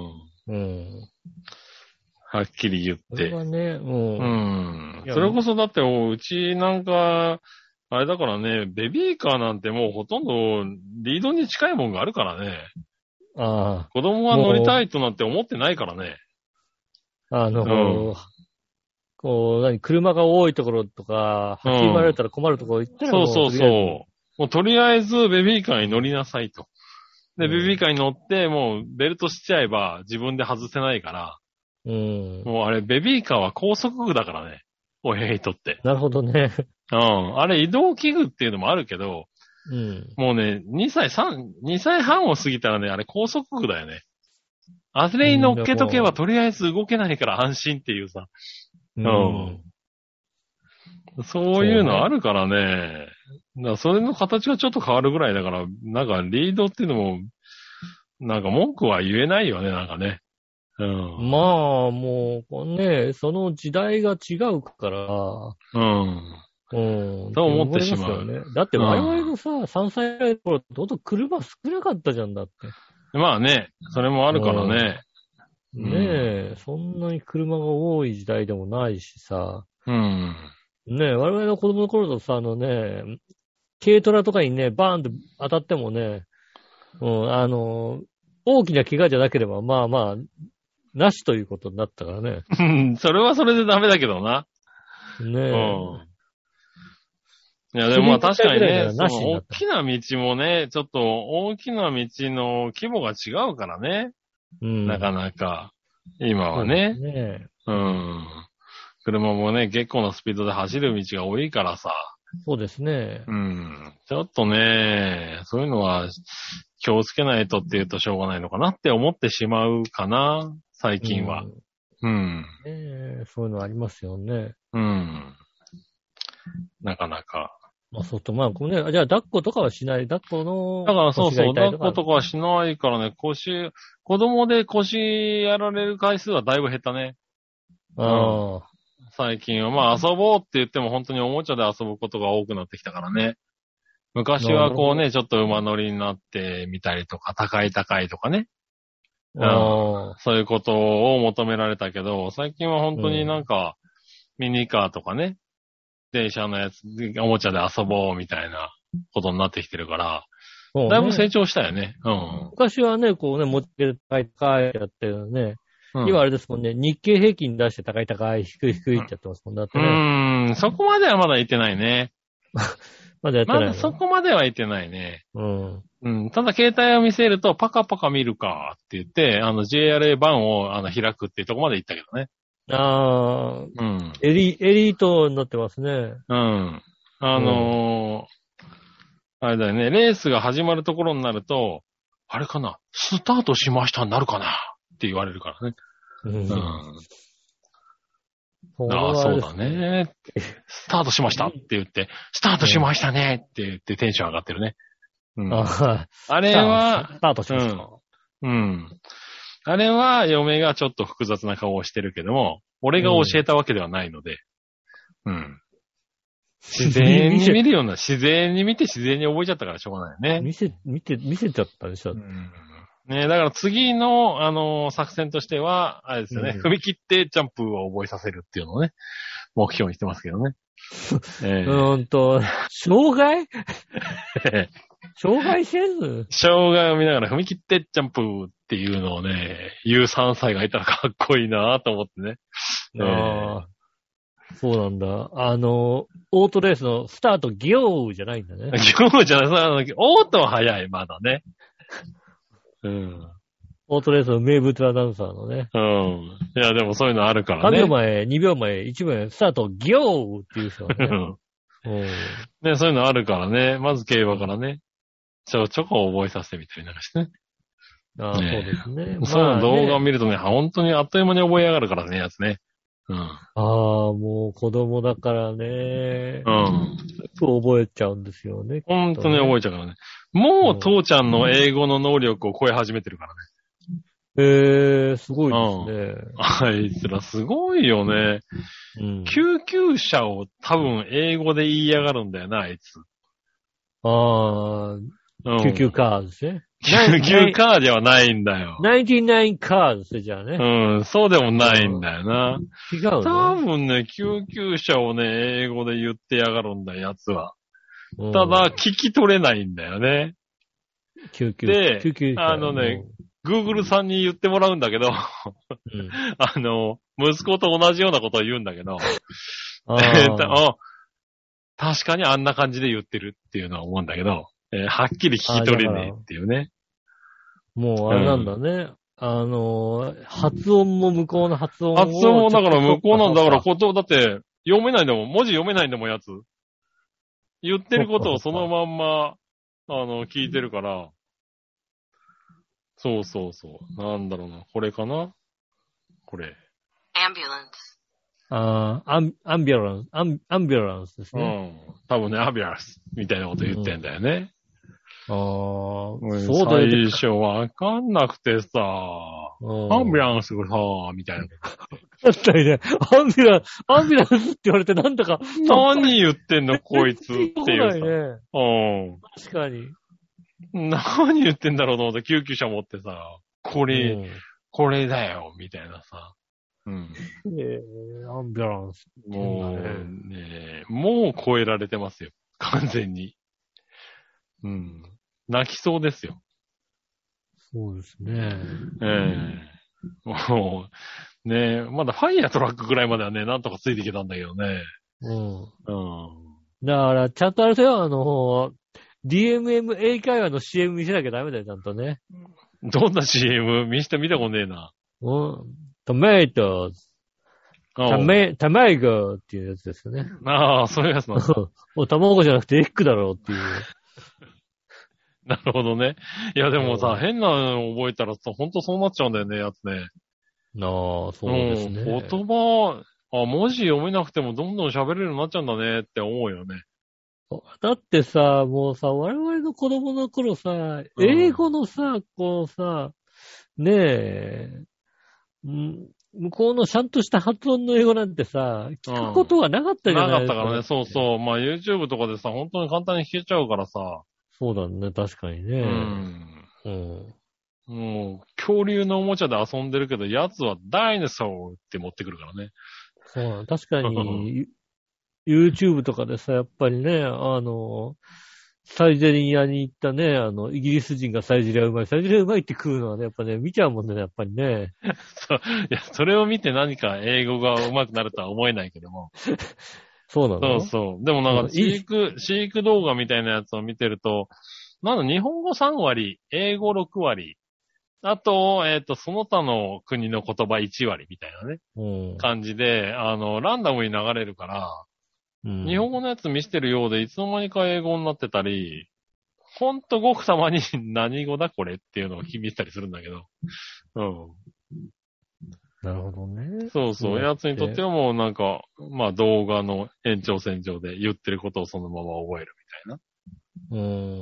うん。 はっきり言って。それはね、うん。 うん。それこそだって、うちなんか、あれだからね、ベビーカーなんてもうほとんどリードに近いもんがあるからね。 ああ。 子供は乗りたいとなんて思ってないからね。 あの、うん、こう、何、車が多いところとか、走り回られたら困るところ行ったらもう、 そうそうそう。もうとりあえずベビーカーに乗りなさいと。で、うん、ベビーカーに乗ってもうベルトしちゃえば自分で外せないから。 うん。 もうあれ、ベビーカーは高速具だからね。親にとって。 なるほどね。 うん。あれ、移動器具っていうのもあるけど、 うん。 もうね、にさい、さん、にさいはんを過ぎたらね、あれ高速具だよね。あれに乗っけとけばとりあえず動けないから安心っていうさ。うん。うん、そういうのあるからね。だからそれの形がちょっと変わるぐらいだから、なんかリードっていうのも、なんか文句は言えないよね、なんかね。うん、 まあ、もう、ね、その時代が違うから、 うん。 うん。 そう思ってしまう。 ね、だって我々のさ、うん、さんさいぐらいの頃ってほんと車少なかったじゃんだって。 まあね、それもあるからね。 うん、ねえ、うん、そんなに車が多い時代でもないしさ。 うん。 ねえ、我々の子供の頃とさ、あのね、軽トラとかにね、バーンと当たってもね、うん、あの、大きな怪我じゃなければ、まあまあ、なしということになったからね。 うん、それはそれでダメだけどな。 ねえ。 うん。いや、でもまあ確かにね、その大きな道もね、ちょっと大きな道の規模が違うからね。うん。なかなか、今はね。 そうですね。 うん。車もね、結構なスピードで走る道が多いからさ。 そうですね。 うん。ちょっとね、そういうのは、 気をつけないとって言うとしょうがないのかなって思ってしまうかな、最近は。うん。うん、 えー、そういうのありますよね。 うん。なかなか。 まあ、そうと、まあ、こうね、じゃあ、抱っことかはしない。抱っこの。 だからそうそう、抱っことかはしないからね、腰、子供で腰やられる回数はだいぶ減ったね。 ああ、うん。 最近は。まあ、遊ぼうって言っても本当におもちゃで遊ぶことが多くなってきたからね。昔はこうね、ちょっと馬乗りになってみたりとか、高い高いとかね。うん、そういうことを求められたけど、最近は本当になんか、ミニカーとかね、電車のやつ、おもちゃで遊ぼうみたいなことになってきてるから、ね、だいぶ成長したよね。うん。 昔はね、こうね、持ってる高い高いやってるのね、うん、今あれですもんね、日経平均出して高い高い、低い低いってやってますもんだってね。 うーん、そこまではまだ言ってないね。 まだやってない。 まだそこまでは言ってないね。 うん。 うん。ただ携帯を見せると、パカパカ見るかって言って、あの ジェイアールエー 版をあの開くっていうところまで行ったけどね。 ああ。 うん。 エリ、エリートになってますね。 うん。あのー、あれだよね、レースが始まるところになると、あれかな、スタートしましたになるかなって言われるからね。うん。うんああ、そうだね。スタートしましたって言って、スタートしましたねって言ってテンション上がってるね。うん、あ, あれは、 スタートしました、 うん。うん。あれは嫁がちょっと複雑な顔をしてるけども、俺が教えたわけではないので、うん。うん、自然に見るような、自然に見て自然に覚えちゃったからしょうがないよね。 見せ、見て、見せちゃったでしょ。うんねえ、だから次の、あのー、作戦としては、あれですよね、うん、踏み切ってジャンプを覚えさせるっていうのをね、目標にしてますけどね。 えー、うーんと、障害障害せず障害を見ながら踏み切ってジャンプっていうのをね、言うさんさいがいたらかっこいいなと思ってね。 ああ、そうなんだ。あの、オートレースのスタートギョーじゃないんだね。 ギョーじゃない。オートは早い、まだね。うん。 オートレースの名物アナウンサーのね。 うん。いや、でもそういうのあるからね。 さんびょうまえ、にびょうまえ、いちびょうまえ、スタート、ギョーっていう人はね。 うん。ね、そういうのあるからね。まず競馬からね。ちょ、ちょこ覚えさせてみたりなんかしてね。 ああ、ね、そうですね。 そういうの動画を見るとね、まあね、本当にあっという間に覚え上がるからね、やつね。うん。ああ、もう子供だからね。 うん。 覚えちゃうんですよね。 本当に覚えちゃうからね。もう父ちゃんの英語の能力を超え始めてるからね。 へえー、すごいですね。 うん、あいつらすごいよね、うん。救急車を多分英語で言いやがるんだよな、あいつ。 ああ、うん、救急カーですね。 救急カーではないんだよ。 ナインティナインカーですね、じゃあね。 うん、そうでもないんだよな。 違うの？ 多分ね、救急車をね、英語で言ってやがるんだよ、やつは。ただ、聞き取れないんだよね。 救急で、 救急あのね、Google さんに言ってもらうんだけど、うん、あの、息子と同じようなことを言うんだけど、ああ確かにあんな感じで言ってるっていうのは思うんだけど、えー、はっきり聞き取れねえっていうね。 もうあれなんだね。うん、あのー、発音も向こうの発音を。 発音もだから向こうなんだからこと、だって読めないんでも、文字読めないんでもやつ。言ってることをそのまんま、あの、聞いてるから。そうそうそう。なんだろうな。これかなこれ。 アンビュランス。 ああ、アン、アンビュランス、アン、アンビュランスですね。うん。多分ね、アンビュランスみたいなこと言ってんだよね。 うん、ああ、 そうだよ。最初わかんなくてさ、アンビュランスがさ、みたいな。 だったりね、アンビュランス、アンビュランスって言われてなんだか。 何言ってんのこいつっていうさ。 ね、 うん。 確かに。 何言ってんだろうと思って救急車持ってさ、これ、うん、これだよ、みたいなさ。うん。 えー、アンビュランス、 ね。もうね、もう超えられてますよ。完全に。うん。泣きそうですよ。 そうですね。 ええー、もう、ねまだファイヤートラックぐらいまではね、なんとかついていけたんだけどね。 うん。 うん。 だから、ちゃんとあれだよ、あの、ディーエムエム 英会話の シーエム 見せなきゃダメだよ、ちゃんとね。 どんな シーエム? 見せて見たことねえな。 うん。トメイトタメ、タマイゴっていうやつですよね。 ああ、そういうやつなんだ。 もう卵じゃなくてエッグだろうっていう。 なるほどね。いやでもさ、変なの覚えたらさ、ほんとそうなっちゃうんだよね、やつね。 なあ、そうですね。 うん、言葉、あ、文字読めなくてもどんどん喋れるようになっちゃうんだねって思うよね。 だってさ、もうさ、我々の子供の頃さ、英語のさ、こうさ、ねえ、ん向こうのちゃんとした発音の英語なんてさ、聞くことはなかったじゃなないですか。 かったからね、そうそう。まあ YouTube とかでさ、本当に簡単に聞けちゃうからさ。 そうだね、確かにね。 うん。 うん。 もう、恐竜のおもちゃで遊んでるけど、奴はダイナソーって持ってくるからね。 そうなの。確かに、YouTube とかでさ、やっぱりね、あの、サイゼリヤに行ったね、あの、イギリス人がサイゼリヤうまい、サイゼリヤうまいって食うのはね、やっぱね、見ちゃうもんね、やっぱりね。 そう。いや、それを見て何か英語が上手くなるとは思えないけども。 そうなの？ そうそう。でもなんか、飼育、飼育動画みたいなやつを見てると、なんだ、日本語さん割、英語ろく割、あと、えっと、その他の国の言葉いち割みたいなね、 うん、 感じで、あの、ランダムに流れるから、 うん、 日本語のやつ見せてるようで、いつの間にか英語になってたり、ほんとごくたまに何語だこれっていうのを聞いたりするんだけど。うん。 なるほどね。 そうそう。やつにとってはもうなんか、まあ動画の延長線上で言ってることをそのまま覚えるみたいな。 うん。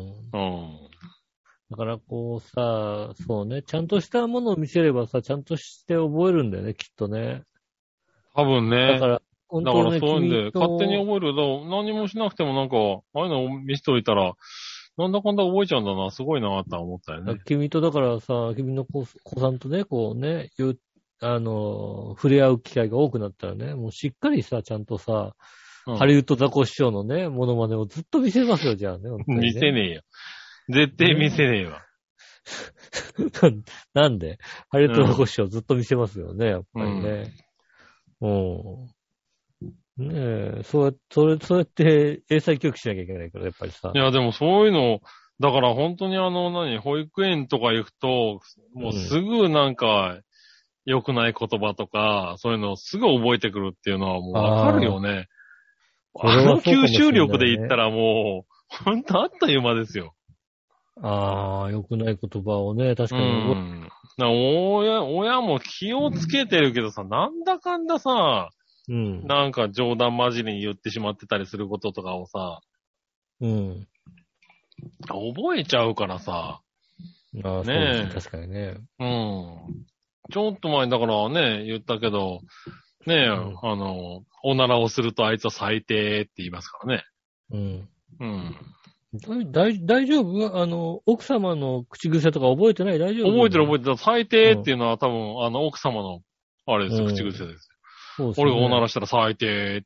うん。 だからこうさ、そうね、ちゃんとしたものを見せればさ、ちゃんとして覚えるんだよね、きっとね。 多分ね。 だから、本だから当ね、 そういうんで、 君と勝手に覚えると、何もしなくてもなんか、ああいうのを見せておいたら、なんだかんだ覚えちゃうんだな、すごいなって思ったよね。 君とだからさ、君の子子さんとね、こうね、言う、あの、触れ合う機会が多くなったらね、もうしっかりさ、ちゃんとさ、 うん、 ハリウッドザコ師匠のね、モノマネをずっと見せますよ、じゃあね。ね見せねえよ。絶対見せねえわ。 なんでハリウッドザコ師匠ずっと見せますよね、やっぱりね。うん。ねえ、そうやって、それ、そうやって英才教育しなきゃいけないから、やっぱりさ。 いや、でもそういうの、だから本当にあの、何、保育園とか行くと、もうすぐなんか、良くない言葉とか、そういうのをすぐ覚えてくるっていうのはもうわかるよね。あの吸収力で言ったらもう、ほんとあっという間ですよ。 ああ、良くない言葉をね、確かに覚えて。 うん。親、親も気をつけてるけどさ、なんだかんださ、うん、なんか冗談交じりに言ってしまってたりすることとかをさ、 うん。 覚えちゃうからさ。 ああ、ねえ。確かにね。 うん。ちょっと前だからね、言ったけど、ねえ、うん、あの、おならをするとあいつは最低って言いますからね。 うん。 うん。 大, 大丈夫あの、奥様の口癖とか覚えてない大丈夫覚えてる覚えてる。最低っていうのは多分、あの、奥様の、あれですよ、うん、口癖です。そうですね。俺がおならしたら最低って。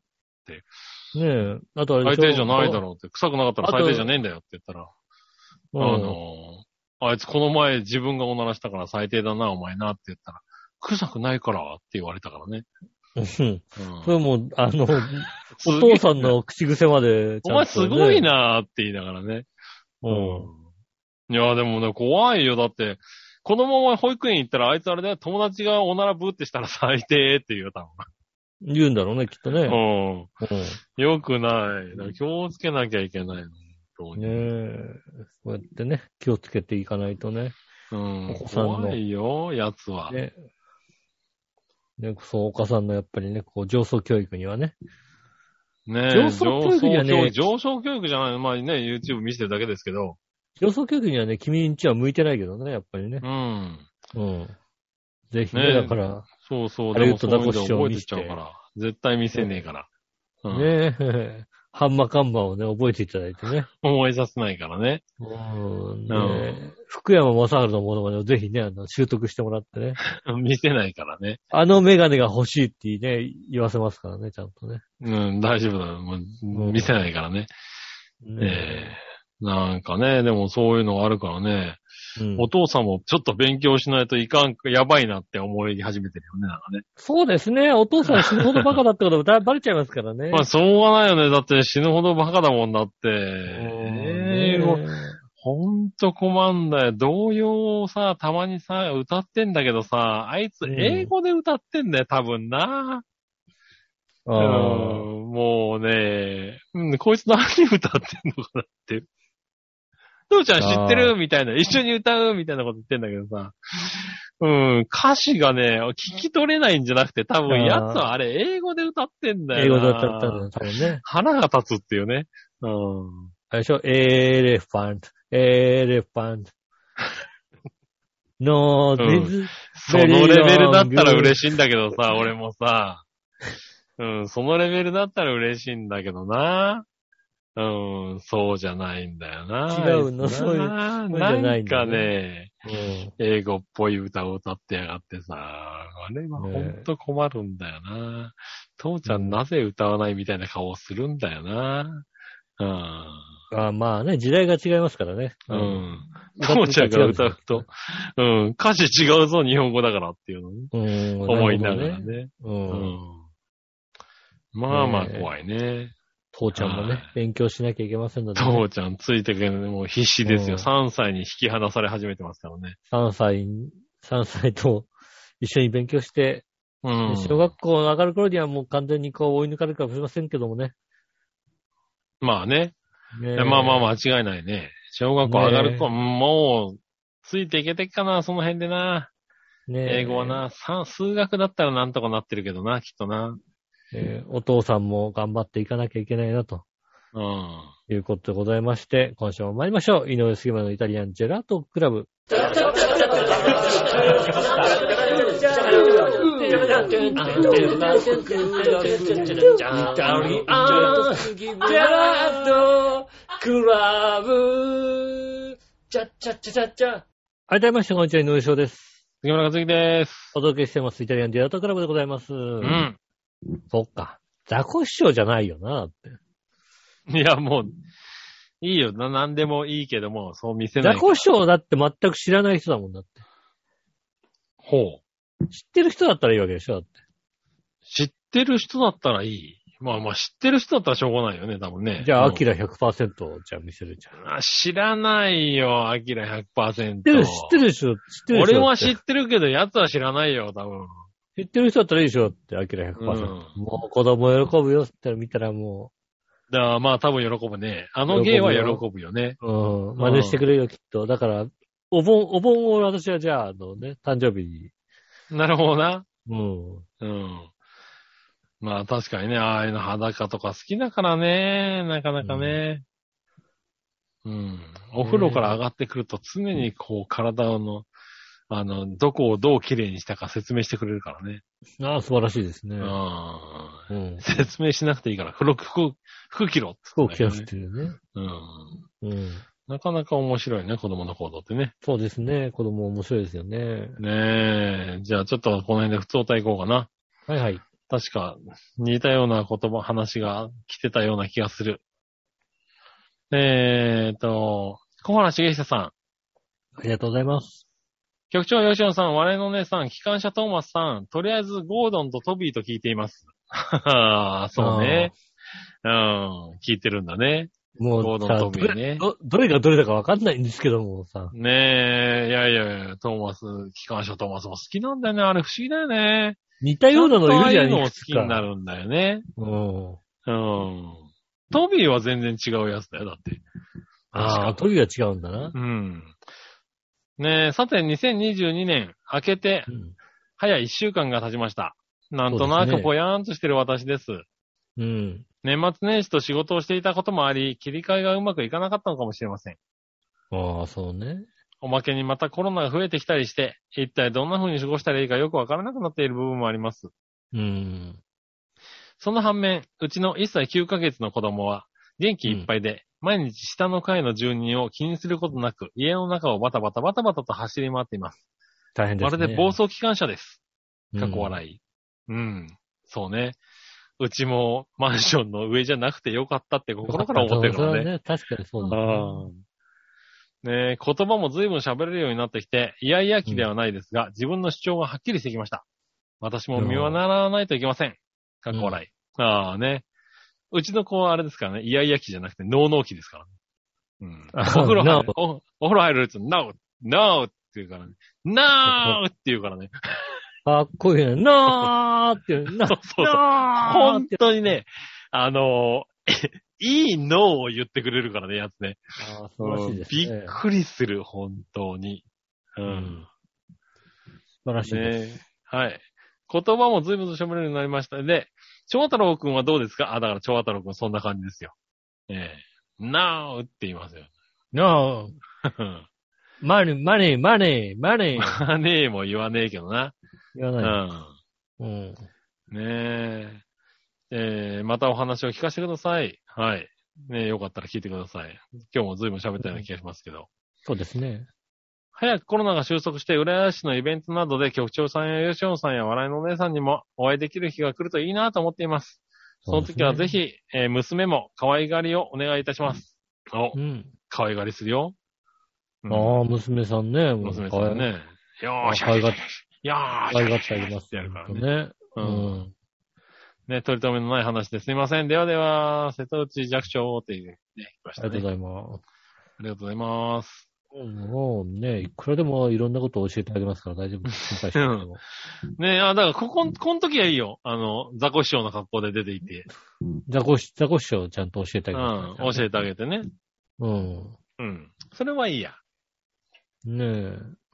ねえ。あとあれ最低じゃないだろうって。臭くなかったら最低じゃねえんだよって言ったら。あ, あの、あいつこの前自分がおならしたから最低だな、お前なって言ったら、臭くないからって言われたからね。 うん。それも、あの、お父さんの口癖までちゃんと、ね。 お前すごいなーって言いながらね。 うん。 いや、でもね、怖いよ。だって、このまま保育園行ったらあいつあれだよ、友達がおならブーってしたら最低って言うよ、多分。 言うんだろうね、きっとね。 うん。うん、よくない。だから気をつけなきゃいけないの。 ねえ。そうやってね、気をつけていかないとね。 うん。お子さんの怖いよ、やつは。 ね。ね、そう、お母さんのやっぱりね、こう、上層教育にはね。 ねえ、上層教育にはね、上層教育じゃないの。まあね、YouTube 見せてるだけですけど。 上層教育にはね、君んちは向いてないけどね、やっぱりね。 うん。 うん。ぜひね、ねだから。 そうそう、でもそういうの覚えてちゃうから。絶対見せねえから。 うん、ねえ、ハンマ看板をね、覚えていただいてね。 思い出せないからね。 うんね、うん。福山雅治のものまねをぜひね、あの、習得してもらってね。 見せないからね。 あのメガネが欲しいってね、言わせますからね、ちゃんとね。 うん、大丈夫だよ。もう見せないからね。うん、えー、なんかね、でもそういうのがあるからね。うん、お父さんもちょっと勉強しないといかん、やばいなって思い始めてるよね、なんかね。 そうですね。お父さん死ぬほどバカだってこともバレちゃいますからね。 まあ、しょうがないよね。だって死ぬほどバカだもんだって。えー、もうほんと困んだよ。童謡をさ、たまにさ、歌ってんだけどさ、あいつ英語で歌ってんだよ、多分な。うん、もうね、うん、こいつ何歌ってんのかなって。 父ちゃん知ってるみたいな、一緒に歌うみたいなこと言ってんだけどさ。うん、歌詞がね、聞き取れないんじゃなくて、多分やつはあれ、英語で歌ってんだよな。 英語で歌ったんだよ、多分ね。 腹が立つっていうね。うん。 あれでしょ、エレファント、エレファント。のー、 うん、そのレベルだったら嬉しいんだけどさ、俺もさ。うん、そのレベルだったら嬉しいんだけどな。うん、そうじゃないんだよな。 違うの、そういう、 なんかね、うん、英語っぽい歌を歌ってやがってさ、あれはほんと困るんだよな。父ちゃんなぜ歌わないみたいな顔をするんだよな。うん、 あまあね、時代が違いますからね。 うん。父ちゃんが歌うと、うん、歌詞違うぞ、日本語だからっていうのね。うん、思いながらね。うん、うん、まあまあ怖いね。 父ちゃんもね、勉強しなきゃいけませんので、 ね。父ちゃんついてくるのもう必死ですよ。さんさいに引き離され始めてますからね。 さんさい、さんさいと一緒に勉強して、うん、小学校の上がる頃にはもう完全にこう追い抜かれるかもしれませんけどもね。 まあね。ねまあまあ間違いないね。小学校上がると、もう、ついていけてっかな、その辺でな。ね英語はな、数学だったらなんとかなってるけどな、きっとな。 えー、お父さんも頑張っていかなきゃいけないなと。うん。いうことでございまして、今週も参りましょう。井上杉村のイタリアンジェラートクラブ。改めまして、こんにちは、井上翔です。 杉村和樹です。 お届けしてます、イタリアンジェラートクラブでございます。うん。そっか。ザコシショウじゃないよな、って。 いや、もう、いいよな。なんでもいいけども、そう見せない。 ザコシショウだって全く知らない人だもんだって。 ほう。 知ってる人だったらいいわけでしょ、だって。 知ってる人だったらいい。まあまあ、知ってる人だったらしょうがないよね、多分ね。 じゃあ、アキラ ひゃくパーセント じゃあ見せるじゃん。 あ、知らないよ、アキラ ひゃくパーセント。 知ってる、知ってるでしょ、知ってるでしょ。 俺は知ってるけど、奴は知らないよ、多分。 知ってる人だったらいいでしょって、アキラ ひゃくパーセント。うん、もう子供喜ぶよって見たらもう。だからまあ多分喜ぶね。あの芸は喜ぶよね。 うん。真似してくれるよ、きっと。だから、お盆、お盆を私はじゃあ、あのね、誕生日に。 なるほどな。 うん。 うん。まあ確かにね、ああいうの裸とか好きだからね、なかなかね。うん。うん、お風呂から上がってくると常にこう体の、あの、どこをどう綺麗にしたか説明してくれるからね。 ああ、素晴らしいですね。 あうん、説明しなくていいから、服、服、服着ろって、 ね。服を着ろっていうね。 うん。うん。なかなか面白いね、子供の行動ってね。 そうですね。子供面白いですよね。 ねえ。じゃあちょっとこの辺で普通歌いこうかな。 はいはい。 確か、似たような言葉、話が来てたような気がする。えーと、小原茂久さん。 ありがとうございます。 局長吉野さん、我のお姉さん、機関車トーマスさん、とりあえずゴードンとトビーと聞いています。ははそうね。うん、聞いてるんだね。 もう、ゴードントビーね。ど、どれがどれだかわかんないんですけどもさ。 ねえ、いやいやいや、トーマス、機関車トーマスも好きなんだよね。あれ不思議だよね。 似たようなのいるじゃん。 の好きになるんだよね。うん。うん。トビーは全然違うやつだよ、だって。 ああ、トビーは違うんだな。 うん。ねえ、さて、にせんにじゅうにねん、明けて、うん、早いいっしゅうかんが経ちました。なんとなくぽやーんとしてる私です。 うん。 年末年始と仕事をしていたこともあり、切り替えがうまくいかなかったのかもしれません。 ああ、そうね。 おまけにまたコロナが増えてきたりして、一体どんな風に過ごしたらいいかよくわからなくなっている部分もあります。 うん。 その反面、うちのいっさいきゅうかげつの子供は元気いっぱいで、うん、毎日下の階の住人を気にすることなく、家の中をバタバタバタバタと走り回っています。 大変ですね。 まるで暴走機関車です。過去笑い。うん、うん。そうね。うちもマンションの上じゃなくてよかったって心から思ってるからね。 ね確かにそうだね。 ねえ、言葉も随分喋れるようになってきて、イヤイヤ期ではないですが、うん、自分の主張がはっきりしてきました。私も見習わないといけません。過去笑い。うん、ああね。うちの子はあれですからね、イヤイヤ期じゃなくて、ノーノー期ですからね。うん。お風呂入る、お, お風呂入るやつ、ノー、ノーって言うからね。ノーって言うからね。 かっこいいね。ノーって言う。 そうそうそう。本当にね、あのー、 いいのを言ってくれるからね、やつね。 ああ、素晴らしいですね。 びっくりする、本当に。うん。うん、 素晴らしいです。 ね、はい。言葉も随分と喋れるようになりました。で、長太郎くんはどうですか？あ、だから長太郎くんそんな感じですよ。ええー。Now って言いますよ。 No! マネー、マネー、マネー、マネー。 マネーも言わねえけどな。 言わない。 うん。うん。ねえ。えー、またお話を聞かせてください。はい。ねえ、よかったら聞いてください。今日も随分喋ったような気がしますけど。 そうですね。早くコロナが収束して、浦安市のイベントなどで局長さんや吉野さんや笑いのお姉さんにもお会いできる日が来るといいなと思っています。その時はぜひ、えー、娘も可愛がりをお願いいたします。お、うん、可愛がりするよ。 うん、ああ、娘さんね。 娘さんね。よーし、 可愛がって、 よーし、 可愛がってあげます。 やるからね。 ね。 うん。ね、取り留めのない話ですいません。ではでは、瀬戸内寂聴っていうね、 来ましたね。ありがとうございます。 ありがとうございます。 もうね、いくらでもいろんなことを教えてあげますから大丈夫です。心配しても。 ねえ、あ、だから、ここ、この時はいいよ。あの、ザコ師匠の格好で出ていて。 ザコ師、ザコ師匠ちゃんと教えてあげます。うん、教えてあげてね。 うん。 うん。それはいいや。 ねえ。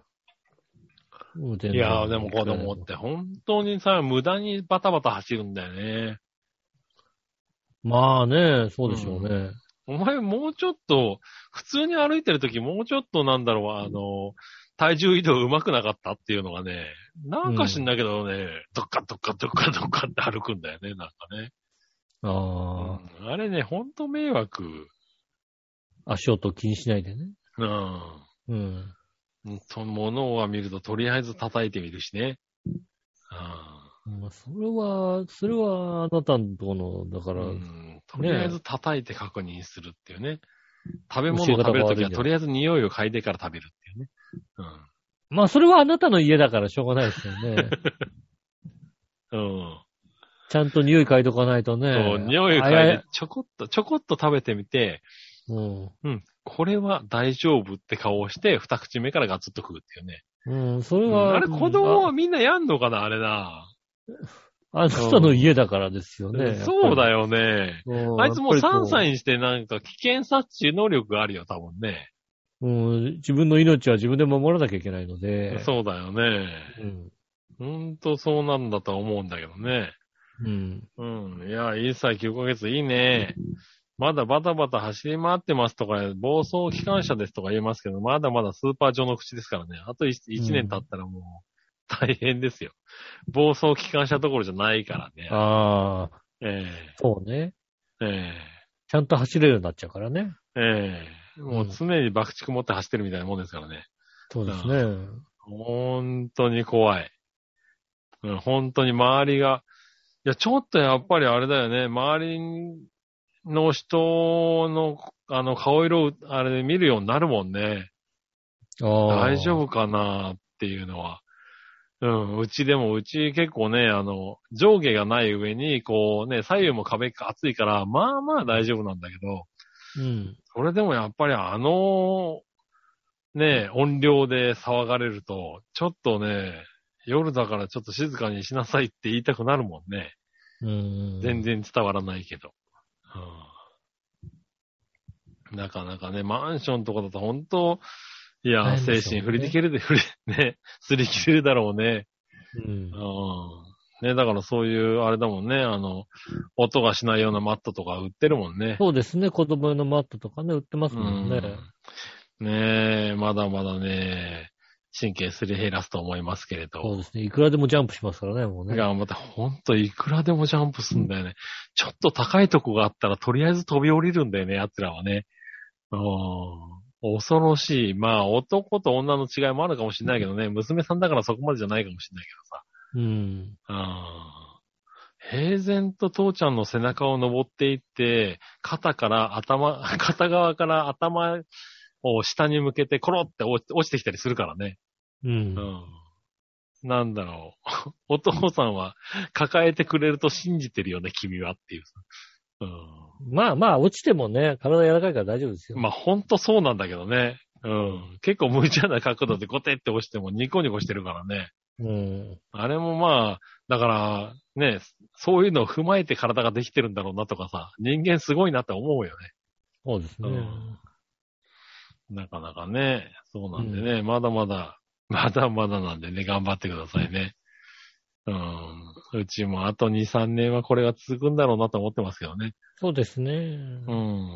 いやー、でも子供って本当にさ、無駄にバタバタ走るんだよね。 まあね、そうでしょうね。うんお前もうちょっと、普通に歩いてるときもうちょっとなんだろう、あの、体重移動上手くなかったっていうのがね、なんか知んないけどね、うん、どっかどっかどっかどっかって歩くんだよね、なんかね。 ああ、 うん。あれね、ほんと迷惑。 足音気にしないでね。 うん。うん。そのものを見るととりあえず叩いてみるしね。 ああ。まあ、それは、それはあなたのとこの、だから、うん、 とりあえず叩いて確認するっていうね。食べ物を食べるときはとりあえず匂いを嗅いでから食べるっていうね。 うん。まあ、それはあなたの家だからしょうがないですよね。 うん。 ちゃんと匂い嗅いとかないとね。 そう、匂いを嗅いでちょこっと、ちょこっと食べてみて、うん。うん。これは大丈夫って顔をして、二口目からガツッと食うっていうね。 うん、それは。 うん、あれ、子供はみんなやんのかな、あれな。 あなたの家だからですよね。 そうだよね。あいつもうさんさいにしてなんか危険察知能力があるよ、多分ね。 うん、自分の命は自分で守らなきゃいけないので。 そうだよね。うん。ほんとそうなんだと思うんだけどね。うん。うん。いや、いっさいきゅうかげついいね。まだバタバタ走り回ってますとか、暴走機関車ですとか言えますけど、まだまだスーパー序の口ですからね。あといちねん経ったらもう大変ですよ。暴走機関車どころじゃないからね。 ああ。 ええー、 そうね。 ええー、 ちゃんと走れるようになっちゃうからね。 ええー、もう常に爆竹持って走ってるみたいなもんですからね。 そうですね。 本当に怖い。うん、本当に周りが、いや、ちょっとやっぱりあれだよね。周りの人の、あの、顔色を、あれで見るようになるもんね。大丈夫かなっていうのは。うん、うちでも、うち結構ね、あの、上下がない上に、こうね、左右も壁が厚いから、まあまあ大丈夫なんだけど、うん。それでもやっぱりあの、ね、音量で騒がれると、ちょっとね、夜だからちょっと静かにしなさいって言いたくなるもんね。うん。全然伝わらないけど。うん、なかなかね、マンションとかだと本当、いや、ね、精神振り切れるで、振り、ね、すり切れるだろうね。うん。うん。ね、だからそういう、あれだもんね、あの、音がしないようなマットとか売ってるもんね。 そうですね、子供用のマットとかね、売ってますもんね。 うん、ねえ、まだまだね、神経すり減らすと思いますけれど。 そうですね、いくらでもジャンプしますからね、もうね。 いや、またほんといくらでもジャンプすんだよね。ちょっと高いとこがあったら、とりあえず飛び降りるんだよね、奴らはね。うん。恐ろしい。まあ、男と女の違いもあるかもしれないけどね、娘さんだからそこまでじゃないかもしれないけどさ。うん。あ平然と父ちゃんの背中を登っていって、肩から頭、片側から頭を下に向けてコロって落ちてきたりするからね。うん。うん、なんだろう。お父さんは抱えてくれると信じてるよね、君はっていう。 うん、まあまあ、落ちてもね、体柔らかいから大丈夫ですよ。 まあ、ほんとそうなんだけどね。うん。結構無茶な角度でゴテって落ちてもニコニコしてるからね。うん。あれもまあ、だから、ね、 そういうのを踏まえて体ができてるんだろうなとかさ、人間すごいなって思うよね。 そうですね。 うん、なかなかね、そうなんでね、うん、まだまだ、まだまだなんでね、頑張ってくださいね。うん。うちもあとに、さんねんはこれが続くんだろうなと思ってますけどね。 そうですね。 うん。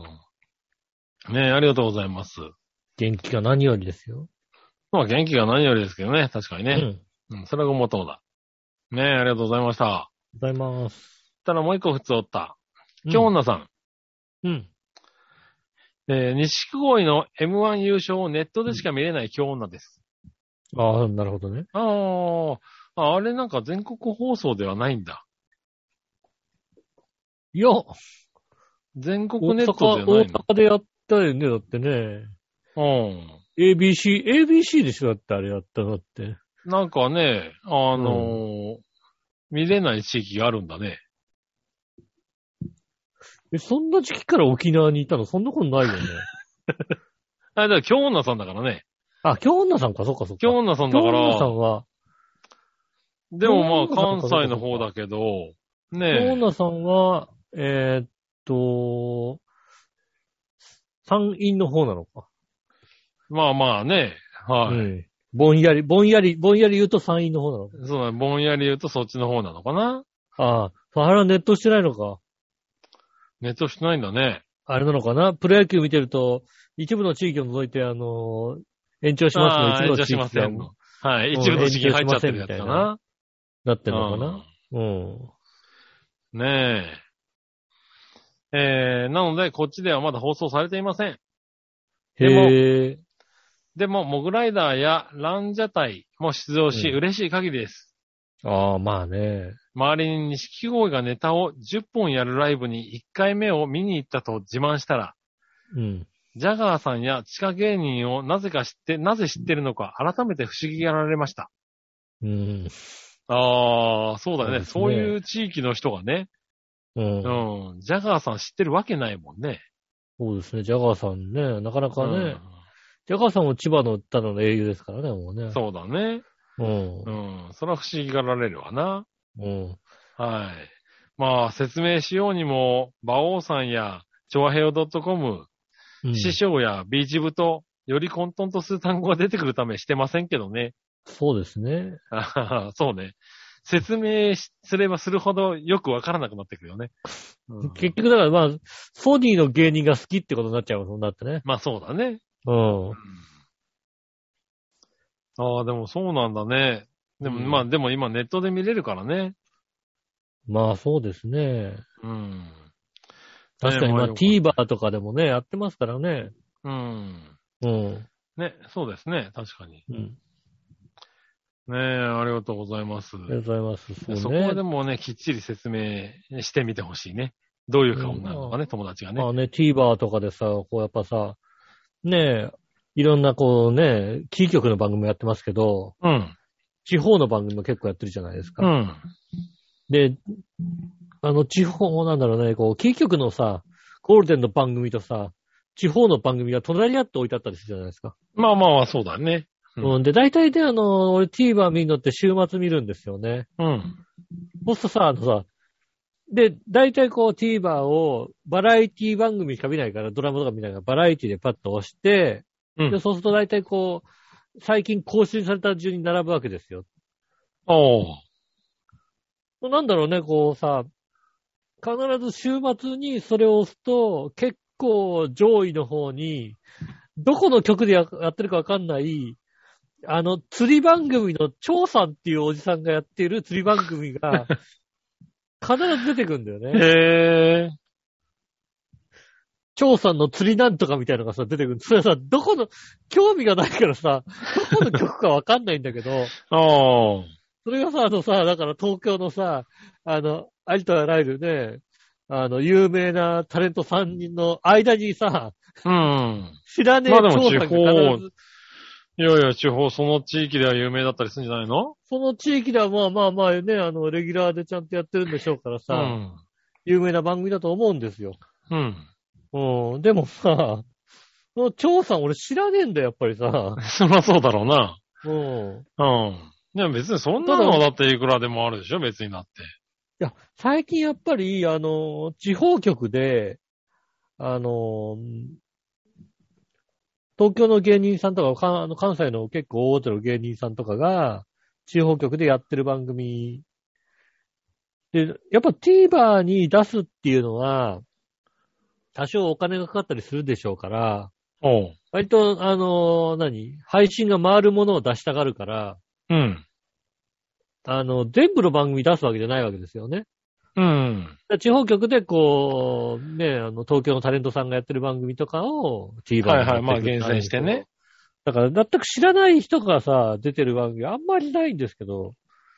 ねえ、ありがとうございます。 元気が何よりですよ。 まあ元気が何よりですけどね、確かにね。うん。うん、それがもともだ。ねえ、ありがとうございました。ありがとうございます。 ただもう一個普通おった。京女さん。 うん。 えー、西久保井の エムワン 優勝をネットでしか見れない京女です。 うん、ああ、なるほどね。 ああ、あれなんか全国放送ではないんだ。 いや、 全国ネットじゃないの？大阪でやったよね、だってね。 うん。 エービーシー、エービーシー でしょ、だってあれやったのって。 なんかね、あのーうん、見れない地域があるんだね。 え、そんな時期から沖縄にいたの？そんなことないよね。 あ、だから京女さんだからね。 あ、京女さんか、そっかそっか。 京女さんだから。京女さんは。 でもまあ関西の方だけど、ねえ。 京女さんは、えー、っと、山陰の方なのか。 まあまあね。はい、うん。 ぼんやり、ぼんやり、ぼんやり言うと山陰の方なのか。 そうだね。ぼんやり言うとそっちの方なのかな。 ああ、あれはネットしてないのか。 ネットしてないんだね。 あれなのかな。プロ野球見てると、一部の地域を除いて、あのー、延長しますの、一部の地域延長しませんの。はい。一部の地域入っちゃってるやつかな。 なってるのかな。うん。 ねえ。えー、なので、こっちではまだ放送されていません。でも、 へー。 でも、モグライダーやランジャタイも出場し、うん、嬉しい限りです。 ああ、まあね。 周りに錦鯉がネタをじゅっぽんやるライブにいっかいめを見に行ったと自慢したら、 うん。 ジャガーさんや地下芸人をなぜか知って、なぜ知ってるのか改めて不思議がられました。 うん。 ああ、そうだね。そういう地域の人がね。 うん。 うん。ジャガーさん知ってるわけないもんね。 そうですね。ジャガーさんね、なかなかね。うん、ジャガーさんも千葉のただの英雄ですからね、もうね。 そうだね。 うん。 うん。それは不思議がられるわな。 うん。 はい。まあ、説明しようにも、馬王さんや、チョアヘオ .com、うん、師匠やビーチ部と、より混沌とする単語が出てくるためしてませんけどね。 そうですね。 そうね。説明すればするほどよくわからなくなってくるよね。 うん、結局だからまあ、ソニーの芸人が好きってことになっちゃうもんだってね。 まあそうだね。 うん。 ああ、でもそうなんだね。でも、うん、まあでも今ネットで見れるからね。 まあそうですね。 うん。 確かにまあ TVer とかでもね、やってますからね。 うん。 うん。 ね、そうですね。確かに。 うん。 ねえ、ありがとうございます。 ありがとうございます。 そうね、そこはでもね、きっちり説明してみてほしいね。どういう顔になるのかね、うん、友達がね。 まあね、TVer とかでさ、こうやっぱさ、ねえ、いろんなこうね、キー局の番組やってますけど、 うん。 地方の番組も結構やってるじゃないですか。 うん。 で、あの、地方なんだろうね、こう、キー局のさ、ゴールデンの番組とさ、地方の番組が隣り合って置いてあったりするじゃないですか。 まあまあまあ、そうだね。 うん。で、大体ね、あの、俺 TVer 見るのって週末見るんですよね。 うん。 そうするとさ、あのさ、で、大体こう TVer をバラエティ番組しか見ないから、ドラマとか見ないから、バラエティでパッと押して、うん、で、そうすると大体こう、最近更新された順に並ぶわけですよ。 おー。 なんだろうね、こうさ、必ず週末にそれを押すと、結構上位の方に、どこの局で や, やってるかわかんない、あの、釣り番組の張さんっていうおじさんがやっている釣り番組が、必ず出てくるんだよね。 へー。 張さんの釣りなんとかみたいなのがさ、出てくる。それはさ、どこの、興味がないからさ、どこの局かわかんないんだけど、 あそれがさ、あのさ、だから東京のさ、あの、有田ライルね、あの、有名なタレントさんにんの間にさ、 うん。 知らねえ張さんが必ず、 いやいや、地方、その地域では有名だったりするんじゃないの？ その地域ではまあまあまあね、あの、レギュラーでちゃんとやってるんでしょうからさ、 うん、 有名な番組だと思うんですよ。 うん。 うん。でもさ、その張さん俺知らねえんだよ、やっぱりさ。 そりゃそうだろうな。 うん。 うん。いや別にそんなのはだっていくらでもあるでしょ、別になって。 や、最近やっぱり、あの、地方局で、あの、東京の芸人さんとか、かあの関西の結構大手の芸人さんとかが、地方局でやってる番組で、やっぱ TVer に出すっていうのは、多少お金がかかったりするでしょうから、 おう。 割と、あの、何配信が回るものを出したがるから、 うん。 あの、全部の番組出すわけじゃないわけですよね。 うん。 地方局でこう、ね、あの、東京のタレントさんがやってる番組とかを TVer はいはい。 にまあ厳選してね。 だから、全く知らない人がさ、出てる番組あんまりないんですけど、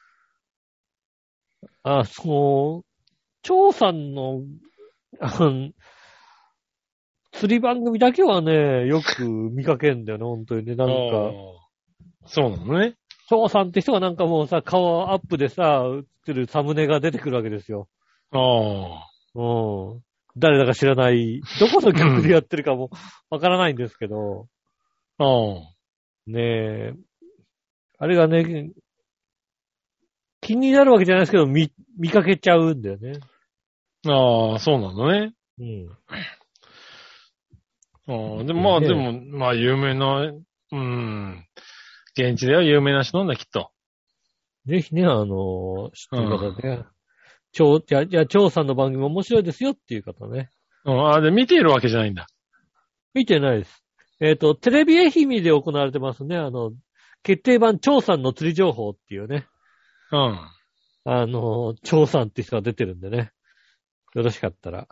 あ、そう、張さんの、あの、釣り番組だけはね、よく見かけんだよね、本当にね。なんか、 そうなのね。 張さんって人がなんかもうさ、顔アップでさ、映ってるサムネが出てくるわけですよ。 ああ。 うん。誰だか知らない、どこの曲でやってるかもわからないんですけど、 ああ。 ねえ、あれがね、気になるわけじゃないですけど、見、見かけちゃうんだよね。 ああ、そうなのね。 うん。 ああ、でもまあ、 ねでも、まあ、有名な、うん。現地では有名な人なんだ、きっと。 ぜひね、あの、知ってる方ね、超、いや、いや、超さんの番組面白いですよっていう方ね。 うん、ああ、で、見ているわけじゃないんだ。 見てないです。えっと、テレビ愛媛で行われてますね。あの、決定版超さんの釣り情報っていうね。 うん。 あの、超さんって人が出てるんでね。よろしかったら。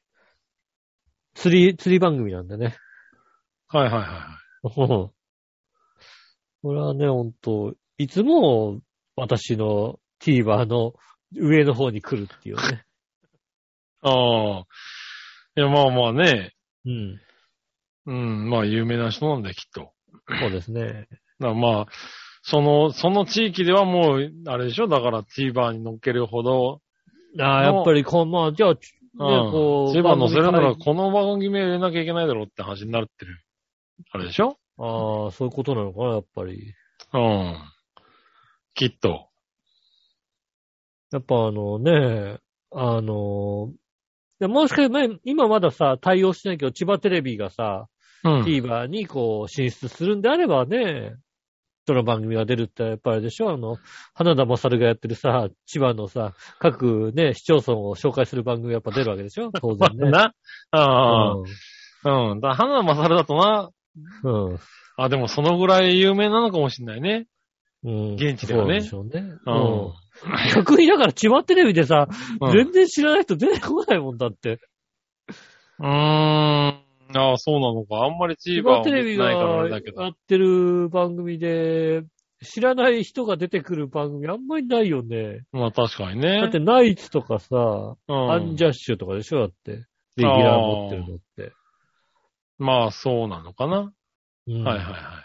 釣り、釣り番組なんでね。 はいはいはこれはね、ほんと、いつも私の TVer の上の方に来るっていうね。 い。ああ。いや、まあまあね。 うん。 うん、まあ有名な人なんだよ、きっと。 そうですね。 だからまあ、その、その地域ではもう、あれでしょだから TVer に乗っけるほど。 ああ、やっぱりこう、まあ、じゃあ、ね、 うん、 こう。 TVer 乗せるなら番組この番組を入れなきゃいけないだろうって話になってる。あれでしょああ、そういうことなのかな、やっぱり。 うん。きっと。 やっぱあのね、あの、いやもしかして、今まださ、対応してないけど、千葉テレビがさ、 うん。 TVer にこう進出するんであればね、どの番組が出るってやっぱりあれでしょあの、花田勝がやってるさ、千葉のさ、各ね、市町村を紹介する番組がやっぱ出るわけでしょ当然ね。 な。ああ。 うん。 うん。だから花田勝だとな。 うん。 あ、でもそのぐらい有名なのかもしれないね。 うん。 現地ではねそうでしょうね。 ううんん。逆にだから千葉テレビでさ、 うん、 全然知らない人出てこないもんだって。 うーん。ああ、そうなのか。あんまりチーバーを千葉テレビが見てないからあれだけど。 やってる番組で、知らない人が出てくる番組あんまりないよね。 まあ確かにね。 だってナイツとかさ、 うん、 アンジャッシュとかでしょだって。レギュラー持ってるのって。 まあそうなのかな。 うん、 はいはいはい。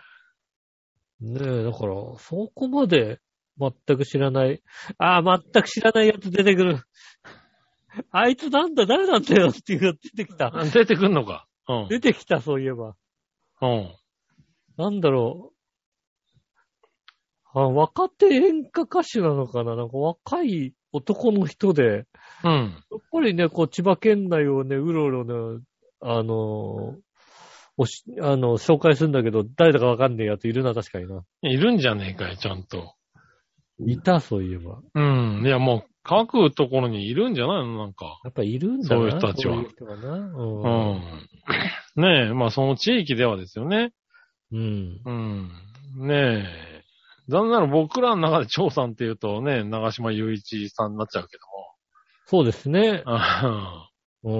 ねえ、だから、そこまで全く知らない。ああ、全く知らないやつ出てくる。あいつなんだ、誰なんだよっていうの出てきた。 出てくんのか。うん。 出てきた、そういえば。 うん。なんだろう。あ、若手演歌歌手なのかななんか若い男の人で。 うん。 やっぱりね、こう、千葉県内をね、うろうろね、あの、おし、あの、紹介するんだけど、誰だかわかんねえやついるな、確かにな。 いるんじゃねえかよ、ちゃんと。 いた、そういえば。 うん。いや、もう、各ところにいるんじゃないのなんか。 やっぱいるんだな。 そういう人たちは。 そういう人がな。うん。 うん、ねえ、まあその地域ではですよね。 うん。 うん。ねえ。残念ながら僕らの中で張さんって言うとね、長島雄一さんになっちゃうけども。 そうですね。 あうん。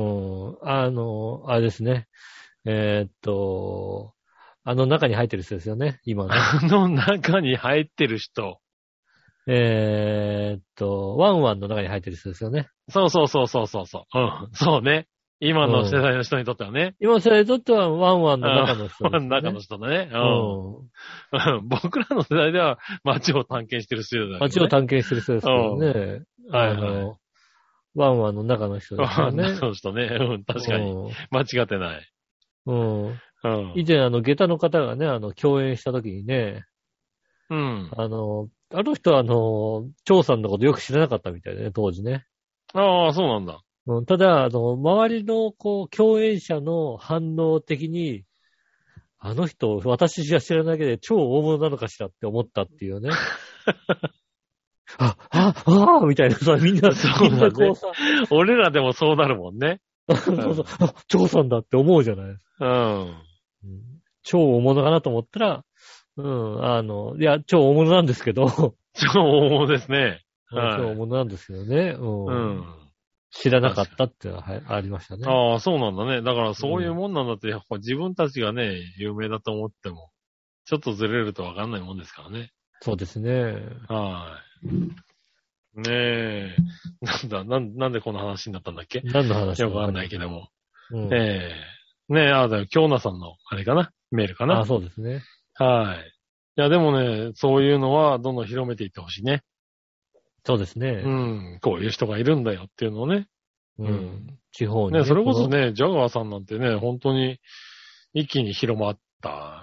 あの、あれですね。えー、っと、あの中に入ってる人ですよね、今ね。 あの中に入ってる人。 えー、っと、ワンワンの中に入ってる人ですよね。 そうそうそうそうそうそう。うん。そうね。今の世代の人にとってはね。 今の世代にとってはワンワンの中の人です、ね。 中の人だね。 うん。 僕らの世代では街を探検してる人だよね。 街を探検してる人ですけどね。 うん、はい、はい、 あの、ワンワンの中の人ですよね。 中の人ね。うん、確かに。間違ってない。 うん。 うん。 以前、あの、下駄の方がね、あの、共演した時にね、 うん。 あの、あの人は、あの、張さんのことよく知らなかったみたいでね、当時ね。 ああ、そうなんだ。 うん、ただ、あの、周りの、こう、共演者の反応的に、あの人、私が知らないだけで超大物なのかしらって思ったっていうね。あ、あ、ああみたいなさ、みんな、 そうだねみんなこうさ、 俺らでもそうなるもんね。 そうそう、あ、超さんだって思うじゃない。 うん。 うん超大物かなと思ったら、うん、あの、いや、超大物なんですけど、 超大物ですね。はい超大物なんですけどね、ううんん。 知らなかったっていうのははいありましたね。 ああ、そうなんだね。だからそういうもんなんだって、やっぱ自分たちがね、有名だと思っても、ちょっとずれるとわかんないもんですからね。 そうですね。 はい。ねえ。なんだ、なんなんでこの話になったんだっけ何の話よくわかんないけども。 うん、 ええねえ、ああ、だよ、京奈さんの、あれかなメールかなあ、そうですね。 はい。いや、でもね、そういうのはどんどん広めていってほしいね。 そうですね。 うん。こういう人がいるんだよっていうのをね。 うん。 うん地方に、ね。 ね、それこその、 ね、ジャガーさんなんてね、本当に一気に広まった、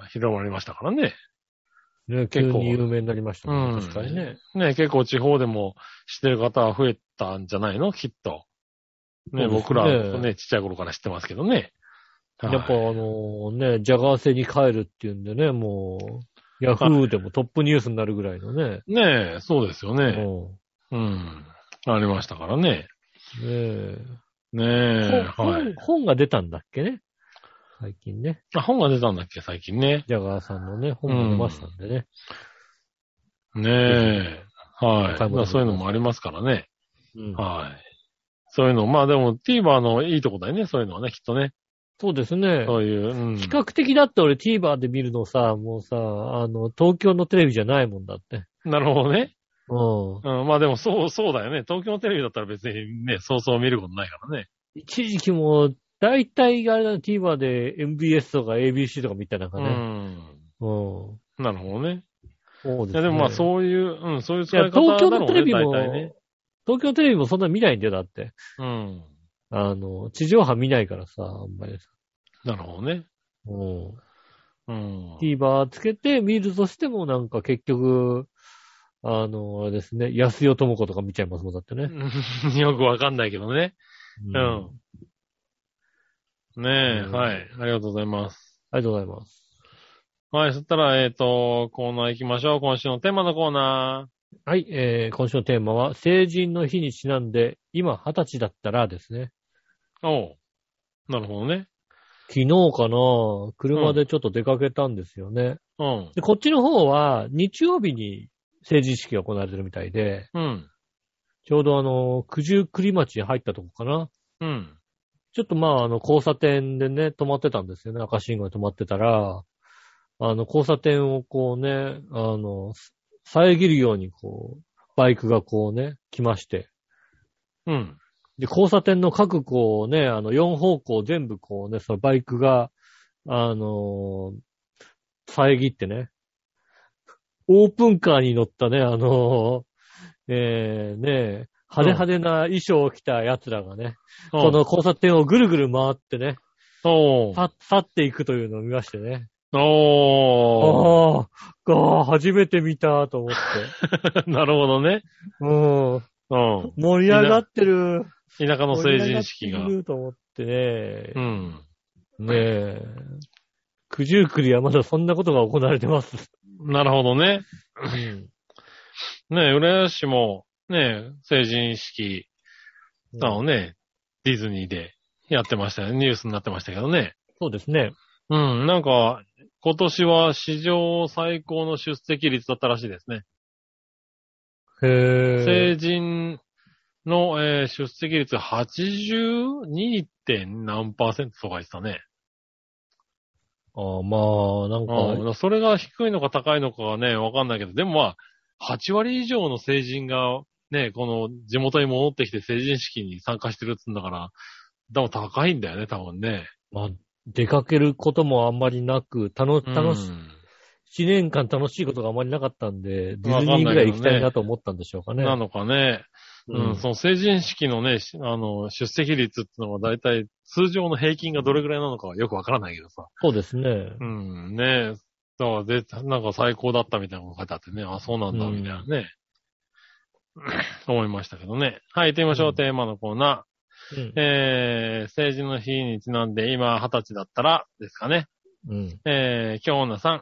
広まりましたからね。 ね、急結構に有名になりましたね。 うん確かにね。 ね、結構地方でも知ってる方は増えたんじゃないのきっと。ね、 そうですね僕らね、ちっちゃい頃から知ってますけどね。 やっぱあはいのね、ジャガー製に帰るっていうんでね、もう、ヤフーでもトップニュースになるぐらいのね。 ねえ、そうですよね。 ううん。ありましたからね。 ん。ねえ。 ねえ、 本はい。 本が出たんだっけね。最近ね。 あ、本が出たんだっけ、最近ね。 ジャガーさんのね、本が出ましたんでね。 ねえ、はい。 買い物まあそういうのもありますからね。 うん、 はい。そういうの、まあでも TVer のいいとこだよね、そういうのはね、きっとね。 そうですね。 そういう、うん。 比較的だって俺 TVer で見るのさ、もうさ、あの、東京のテレビじゃないもんだって。 なるほどね。 うん。 うん、まあでもそう、そうだよね。東京のテレビだったら別にね、そうそう見ることないからね。 一時期も、だいたいあれだ、TVer で エムビーエス とか エービーシー とか見たなんかうね。 ん。 うん。 なるほどね。 そうですね。 いやでもまあそういう、うん、そういういや、 使い方東京だろうね、 のテレビも、 大体ね。 東京のテレビもそんな見ないんだよ、だって。 うん。 あの、地上波見ないからさ、あんまりさ。 なるほどね。 うん。 うん。 TVer つけて見るとしてもなんか結局、あの、あれですね、安代智子とか見ちゃいますもん、だってね。 よくわかんないけどね。 ううんん。ねえ、 うんはい。ありがとうございます。 ありがとうございます。 はい、そしたら、えっと、コーナー行きましょう。今週のテーマのコーナはい、えー、今週のテーマは、成人の日にちなんで、今二十歳だったらですね。 ー。おう。なるほどね。 昨日かな、車でちょっと出かけたんですよね。 うん。 で、こっちの方は、日曜日に成人式が行われてるみたいで、 うん。 ちょうどあの、九十九里町に入ったとこかな。 うん。 ちょっとまあ、あの、交差点でね、止まってたんですよね。赤信号で止まってたら、あの、交差点をこうね、あの、遮るようにこう、バイクがこうね、来まして。 うん。 で、交差点の各こうね、あの、よん方向全部こうね、そのバイクが、あのー遮ってね、オープンカーに乗ったね、あのーえー、ね、派手派手な衣装を着た奴らがね、この交差点をぐるぐる回ってね、 おう。 さ去っていくというのを見ましてね。 おー。 ああ、ああ、初めて見たと思って。 なるほどね。 うん。 うん。 盛り上がってる。 田舎の成人式が。 盛り上がってると思ってね。 うん。 ねえ。九十九里はまだそんなことが行われてます。 なるほどね。 うん。 ねえ、浦安市も、ねえ、成人式、あのね、ディズニーでやってましたよね。ニュースになってましたけどね。 そうですね。 うん、なんか、今年は史上最高の出席率だったらしいですね。 へえ。 成人の、えー出席率 はちじゅうに. 点何パーセントとか言ってたね。 ああ、まあ、なんか、 うん、それが低いのか高いのかはね、わかんないけど、でもまあ、はち割以上の成人がね、この地元に戻ってきて成人式に参加してるっつうんだから、多分高いんだよね、多分ね。 まあ、出かけることもあんまりなく、楽、楽し、 うん一年間楽しいことがあまりなかったんで、ディわかんないけどねズニーぐらい行きたいなと思ったんでしょうかね。 なのかね。 ううんん、その成人式のね、しあの、出席率っていうのは大体通常の平均がどれぐらいなのかはよくわからないけどさ。 そうですね。 うん、ねだからで、なんか最高だったみたいなこと書いてあってね、あ、そうなんだ、 うんみたいなね。 思いましたけどね。はい、行ってみましょう、 うんテーマのコーナー。うん、えー、成人の日にちなんで、今二十歳だったらですかね。 うん。 えー、京女さん。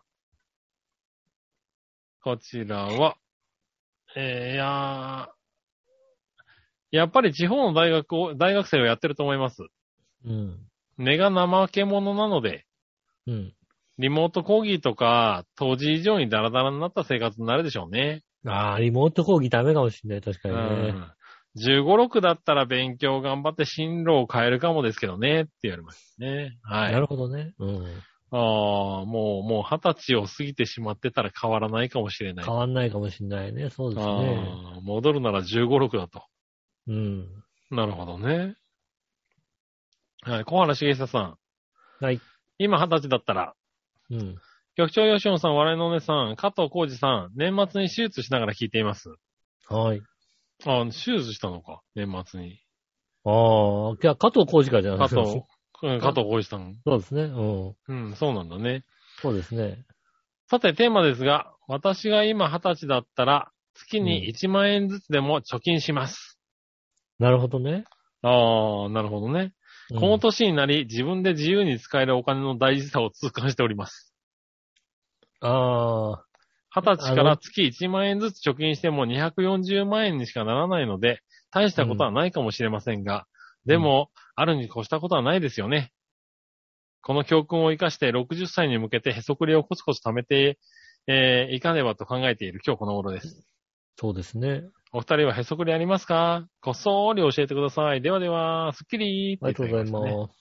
こちらは、えー、いやー、やっぱり地方の大学を、大学生をやってると思います。 うん。 根が怠け者なので、 うん。 リモート講義とか、当時以上にダラダラになった生活になるでしょうね。 ああ、リモート講義ダメかもしれない、確かうにね。 ん。じゅうご、ろくだったら勉強頑張って進路を変えるかもですけどね、って言われましたね。はい。 なるほどね。うん。 ああ、もう、もう二十歳を過ぎてしまってたら変わらないかもしれない。 変わんないかもしれないね。そうですね。 ああ、戻るならじゅうご、ろくだと。 うん。 なるほどね。はい、小原茂久さん。 はい。 今二十歳だったら、 うん。 局長吉野さん、笑いのお姉さん、加藤浩二さん、年末に手術しながら聞いています。 はい。 ああ、手術したのか、年末に。 ああ、いや、加藤浩二からじゃない加藤、うん、加藤浩二さん。 そうですね。うん。 うん、そうなんだね。 そうですね。 さて、テーマですが、私が今二十歳だったら、月にいちまん円ずつでも貯金します。 なるほどね。 ああ、なるほどね。 うん、 この年になり、自分で自由に使えるお金の大事さを痛感しております。 ああ。 二十歳から月いちまん円ずつ貯金してもにひゃくよんじゅうまん円にしかならないので、大したことはないかもしれませんが、うん、でも、あるに越したことはないですよね。この教訓を生かしてろくじゅっさいに向けてへそくりをコツコツ貯めて、えー、いかねばと考えている今日この頃です。 そうですね。 お二人はへそくりありますか？こっそーり教えてください。ではでは、すっきりーって言って、ね、 ありがとうございます。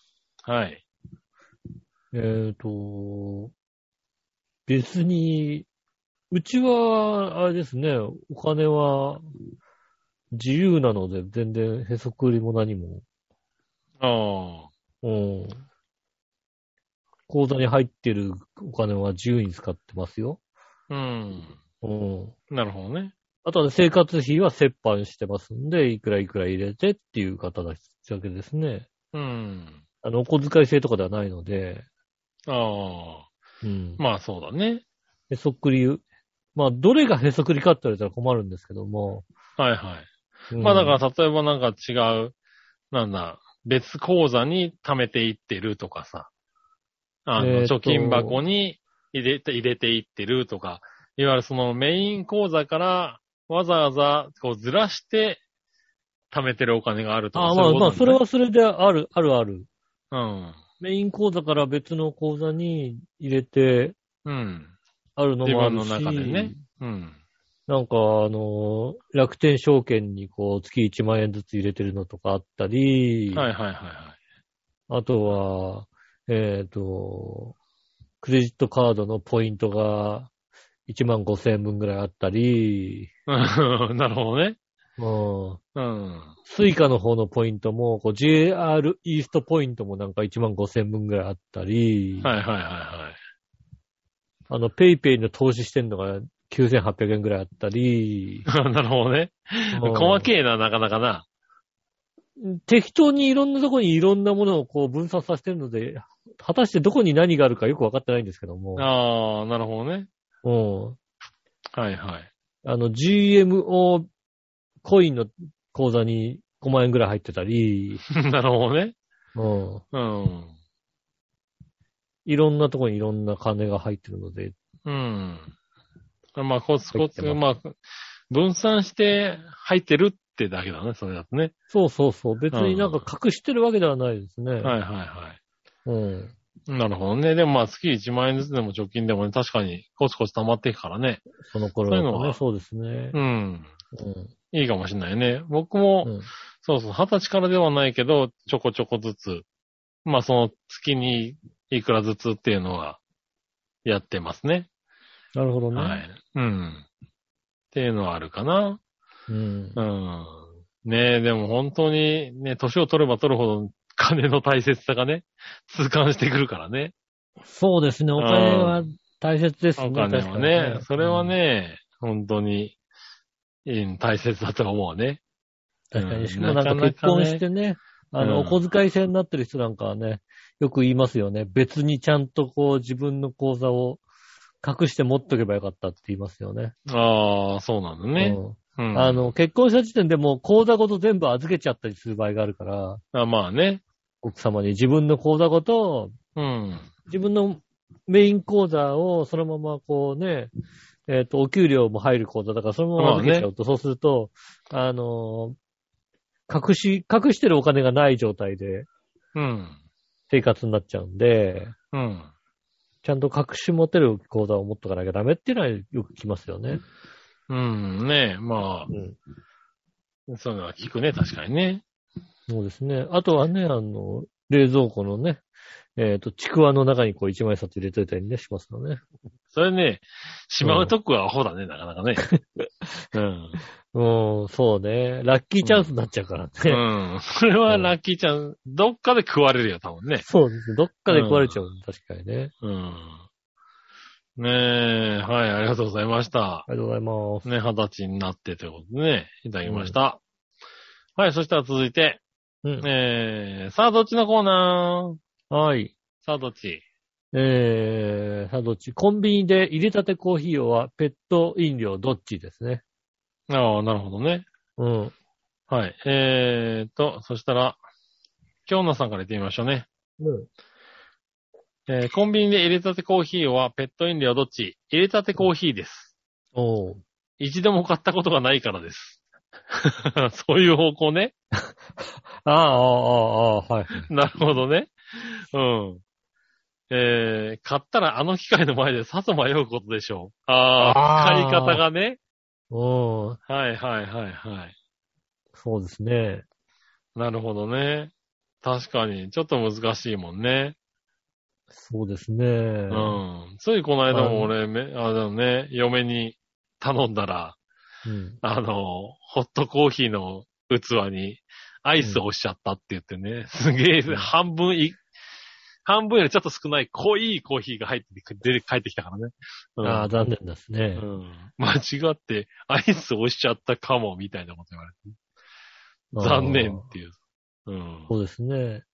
はい。 えーと、別に、うちは、あれですね、お金は自由なので全然へそくりも何も。 ああ。 うん。口座に入ってるお金は自由に使ってますよ。 うん。 うん。 なるほどね。 あとは生活費は折半してますんで、いくらいくら入れてっていう方だけですね。 うん。 あの、お小遣い制とかではないので。 ああ。 うん。 まあそうだね。 へそくり、まあ、どれがへそくりかって言われたら困るんですけども。 はいはい。 うん、 まあだから例えばなんか違う、なんだ、別口座に貯めていってるとかさ。あの、 えー、 貯金箱に入れて、入れていってるとか、いわゆるそのメイン口座からわざわざこうずらして貯めてるお金があるとか。 ああ、まあまあ、それはそれである、あるある。 うん。 メイン口座から別の口座に入れて、 うん。 あるのもあるし。 自分の中でね。うん。 なんか、あの、楽天証券にこう、月いちまん円ずつ入れてるのとかあったり。 はいはいはいはい。 あとは、えっと、クレジットカードのポイントがいちまんごせんえんぶんぐらいあったり。 なるほどね。 うん。 うん。 スイカの方のポイントも、こう ジェイアール イーストポイントもなんかいちまんごせんぶんぐらいあったり。 はいはいはいはい。 あの、ペイペイの投資してんのがきゅうせんはっぴゃくえんぐらいあったり。 なるほどね。細けえな、なかなかな。 適当にいろんなとこにいろんなものをこう分散させてるので、果たしてどこに何があるかよくわかってないんですけども。 ああ、なるほどね。 うん。 はいはい。 あの、ジーエムオー コインの口座にごまん円ぐらい入ってたり。 なるほどね。 うん。 うん。 いろんなとこにいろんな金が入ってるので。 うん。まあ、コツコツ、まあ、分散して入ってるってだけだね、それだとね。 そうそうそう。別になんか隠してるわけではないですね。 はいはいはい。 うん。 なるほどね。でもまあ月いちまん円ずつでも貯金でもね、確かにコツコツ溜まっていくからね。 その頃だとね、 そういうのはそうですね。 うん。うん。いいかもしれないね。僕も、うん、そうそう、二十歳からではないけど、ちょこちょこずつ、まあその月にいくらずつっていうのはやってますね。 なるほどね。 はい。うん。っていうのはあるかな。 うん。 うん。ねえ、でも本当にね、年を取れば取るほど金の大切さがね、痛感してくるからね。 そうですね、お金は大切ですね。 お金はね、ねそれはね、うん、本当に、大切だと思うね。 確かに、しかもなんか結婚してね、あの、お小遣い制になってる人なんかはね、よく言いますよね。別にちゃんとこう自分の口座を隠して持っとけばよかったって言いますよね。 ああ、そうなんだね。 うん、 あの、結婚した時点でもう口座ごと全部預けちゃったりする場合があるから。 あ、まあね。 奥様に自分の口座ごと、 うん。 自分のメイン口座をそのままこうね、えっと、お給料も入る口座だからそのまま預けちゃうと、そうすると、あの、隠し、隠してるお金がない状態で、 うん。 生活になっちゃうんで、 うん。 ちゃんと隠し持てる口座を持っとかなきゃダメっていうのはよく聞きますよね。 うん、ねえ、まあ、うん、そういうのは聞くね、確かにね。 そうですね。あとはね、あの、冷蔵庫のね、えっと、ちくわの中にこう一枚札入れといたりね、しますよね。 それね、しまうとこはアホだね、なかなかね。うん。 うん、そうね。ラッキーチャンスになっちゃうからね。 うん。それはラッキーちゃん、どっかで食われるよ、多分ね。 そうですね。どっかで食われちゃう、うん、確かにね。 うん。ねえ、はい、ありがとうございました。 ありがとうございます。 ね、二十歳になってということでね、いただきました。うん、はい、そしたら続いて、うん、えー、さあどっちのコーナー？ はい。 さあどっち？ えー、さあどっち？コンビニで入れたてコーヒーはペット飲料どっちですね。 ああ、なるほどね。 うん。 はい。えーと、そしたら、京奈さんから言ってみましょうね。うん。えー、コンビニで入れたてコーヒーはペット飲料どっち？入れたてコーヒーです。 おう。 一度も買ったことがないからです。そういう方向ね。 ああ、ああ、ああ、はい。 なるほどね。うん。えー、買ったらあの機械の前でさぞ迷うことでしょう。ああ、使い方がね。 うん。 はいはいはいはい。 そうですね。 なるほどね。確かに、ちょっと難しいもんね。 そうですね。 うん。ついこの間も俺、めあのね、嫁に頼んだら、うん、あの、ホットコーヒーの器にアイスを押しちゃったって言ってね、うん、すげえ、半分い、半分よりちょっと少ない濃いコーヒーが入ってきて、出て帰ってきたからね。 うん、ああ、残念ですね。 うん。間違ってアイス押しちゃったかも、みたいなこと言われて。残念っていう。うん。 そうですね。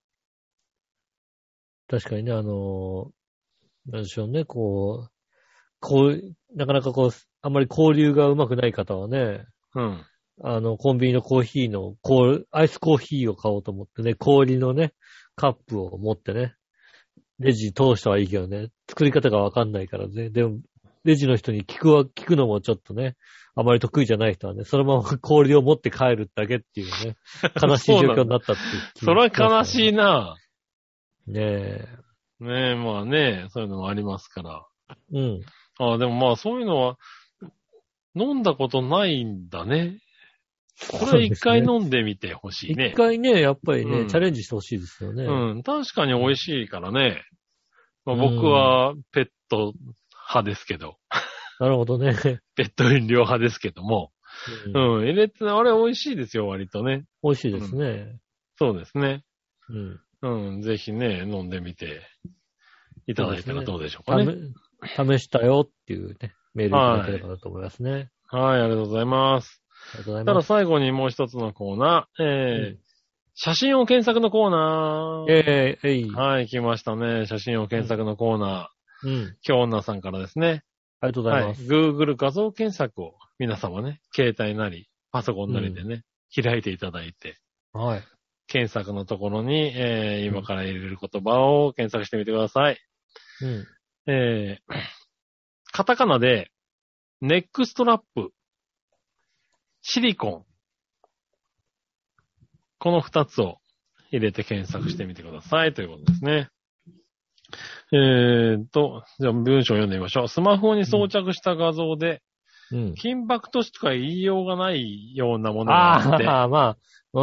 確かにね、あの、なんでしょうね、こう、こう、なかなかこう、あんまり交流がうまくない方はね、 うん。 あの、コンビニのコーヒーの、こう、アイスコーヒーを買おうと思ってね、氷のね、カップを持ってね、レジ通したはいいけどね、作り方がわかんないからね、でも、レジの人に聞くは、聞くのもちょっとね、あまり得意じゃない人はね、そのまま氷を持って帰るだけっていうね、悲しい状況になったっていう、ね。 それは悲しいな。 ねえ。 ねえ、まあね、そういうのもありますから。 うん。 ああ、でもまあそういうのは、飲んだことないんだね。これは一回飲んでみてほしいね。 一回ね、やっぱりね、うん、チャレンジしてほしいですよね。 うん、確かに美味しいからね。まあ、僕はペット派ですけど。 なるほどね。 ペット飲料派ですけども。うん、うん、入れて、あれ美味しいですよ、割とね。 美味しいですね。うん、 そうですね。 うん。 うん、ぜひね、飲んでみていただいたらどうでしょうかね。 試したよっていうね、メールいただければなと思いますね。 はい、はい、ありがとうございます。 ありがとうございます。 ただ最後にもう一つのコーナー、えーうん、写真を検索のコーナー。 えー、えい。 はい、来ましたね。写真を検索のコーナー。うん。今日女さんからですね。 ありがとうございます。 はい、Google 画像検索を皆様ね、携帯なり、パソコンなりでね、うん、開いていただいて。 はい。 検索のところに、えー、今から入れる言葉を検索してみてください。 うん。 えー、カタカナで、ネックストラップ、シリコン。この二つを入れて検索してみてくださいということですね。えーと、じゃあ文章を読んでみましょう。スマホに装着した画像で、うん、金箔としか言いようがないようなものがあって。 ああ、まあ、うん。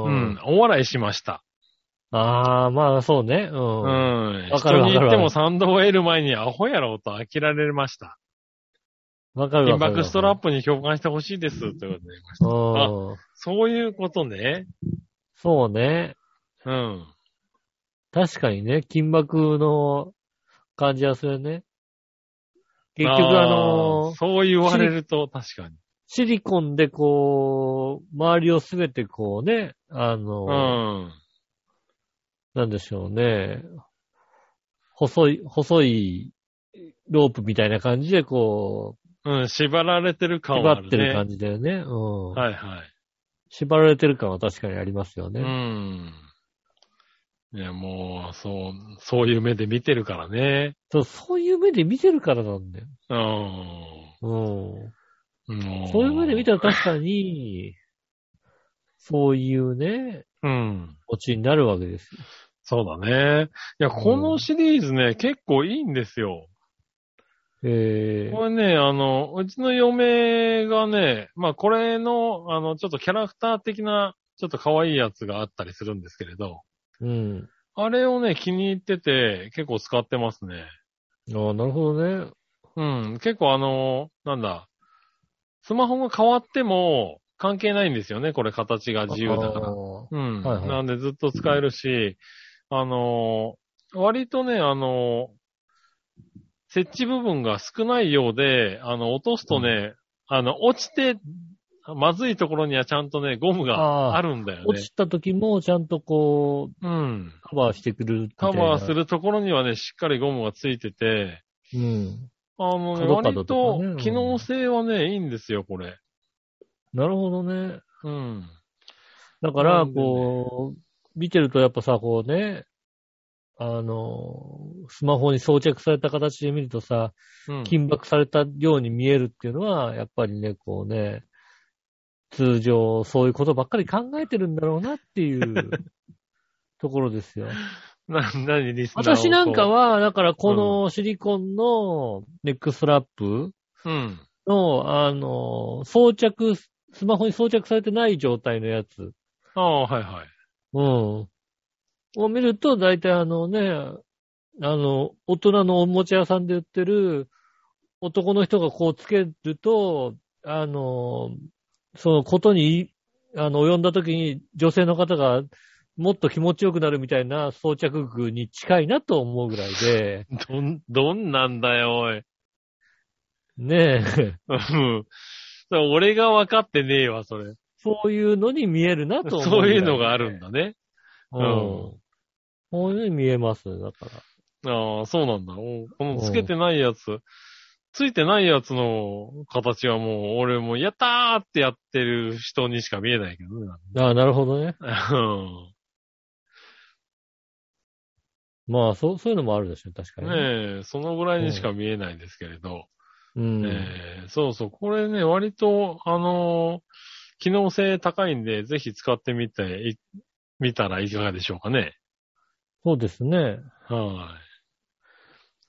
うん。お笑いしました。 ああ、まあそうね。うん。 うん。人に言っても賛同を得る前にアホやろうと呆られました。 わかるわかる。 金箔ストラップに共感してほしいです。ということで言いました。あ、そういうことね。 そうね。 うん。 確かにね、金箔の感じはするね。結局あのー、 そう言われると確かに。 シリコンでこう、周りをすべてこうね、あのー、 うん。 なんでしょうね。細い、細いロープみたいな感じでこう、 うん、縛られてる感はあるね。 縛ってる感じだよね。うん。 はいはい。 縛られてる感は確かにありますよね。 うん。いや、もう、そう、そういう目で見てるからね。 そう、そういう目で見てるからなんだよ。 うん。 うん。 うん、 そういう目で見たら確かに、そういうね、 うん。 オチになるわけですよ。 そうだね。いや、このシリーズね、うん、結構いいんですよ。 えー、 これね、あの、うちの嫁がね、まあこれの、あの、ちょっとキャラクター的な、ちょっと可愛いやつがあったりするんですけれど、 うん。 あれをね、気に入ってて、結構使ってますね。 ああ、なるほどね。 うん、結構あの、なんだ、スマホが変わっても関係ないんですよね、これ形が自由だから。うん。はいはい、なんでずっと使えるし、あの、割とね、あの、設置部分が少ないようで、あの、落とすとね、うん、あの、落ちて、まずいところにはちゃんとね、ゴムがあるんだよね。 落ちた時もちゃんとこう、 うん。 カバーしてくるみたいな。 カバーするところにはね、しっかりゴムがついてて、 うん。 あのね、割と、機能性はね、いいんですよ、これ。 なるほどね。 うん。 だから、こう、見てるとやっぱさ、こうね、あの、スマホに装着された形で見るとさ、うん、金箔されたように見えるっていうのは、やっぱりね、こうね、通常そういうことばっかり考えてるんだろうなっていうところですよ。 な、なにリスナー私なんかは、だからこのシリコンのネックストラップの、うん、あの、装着、スマホに装着されてない状態のやつ。 ああ、はいはい。 うん。を見ると、だいたいあのね、あの、大人のおもちゃ屋さんで売ってる男の人がこうつけると、あの、そのことに、あの、及んだ時に女性の方がもっと気持ちよくなるみたいな装着具に近いなと思うぐらいで。 どん、どんなんだよ、おい。 ねえ。 うん。俺が分かってねえわ、それ。 そういうのに見えるなと思う、ね。 そういうのがあるんだね。 うん。こういうのに見えます、だから。ああ、そうなんだ。このつけてないやつ、ついてないやつの形はもう、俺もやったーってやってる人にしか見えないけどね。 ああ、なるほどね。 うん。 まあ、そう、そういうのもあるでしょ、確かに。 ねえ、そのぐらいにしか見えないんですけれど。 うん。 えー、そうそう、これね、割と、あのー、機能性高いんで、ぜひ使ってみて、みたらいかがでしょうかね。 そうですね。 はい。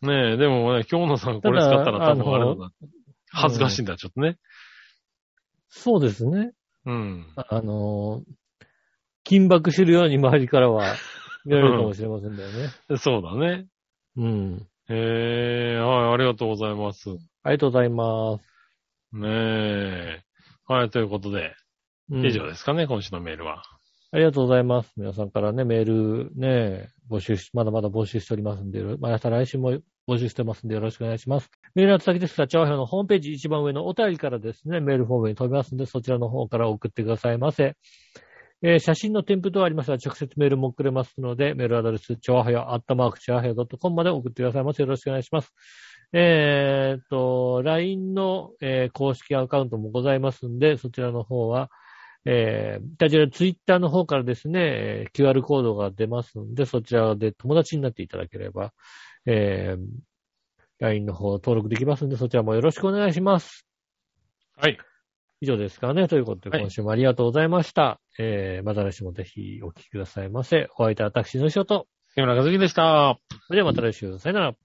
ねえ、でもね、京野さんこれ使ったら多分あれだな。恥ずかしいんだ、ちょっとね。 そうですね。 うん。 あのー、金箔するように周りからは見られるかもしれませんだよね。 うん、そうだね。 うん。 へえ、はい、ありがとうございます。 ありがとうございます。 ねえ。はい、ということで、うん、以上ですかね、今週のメールは。 ありがとうございます。皆さんからね、メールね、募集し、まだまだ募集しておりますんで、また来週も募集してますんでよろしくお願いします。メールの先ですが、チャワヘオのホームページ一番上のお便りからですね、メールフォームに飛びますんで、そちらの方から送ってくださいませ。えー、写真の添付等ありましたら直接メールも送れますので、メールアドレス、チャワヘオ、アットマーク、チャワヘオ .com まで送ってくださいませ。よろしくお願いします。えーっと、ライン の、えー、公式アカウントもございますんで、そちらの方は、えー、たちらツイッターの方からですね、キューアール コードが出ますので、そちらで友達になっていただければ、えー、ライン の方登録できますので、そちらもよろしくお願いします。 はい。 以上ですかね。ということで、今週もありがとうございました。はい、えー、また来週もぜひお聞きくださいませ。お相手は私の仕事。 木村和樹でした。 それではまた来週、さよなら。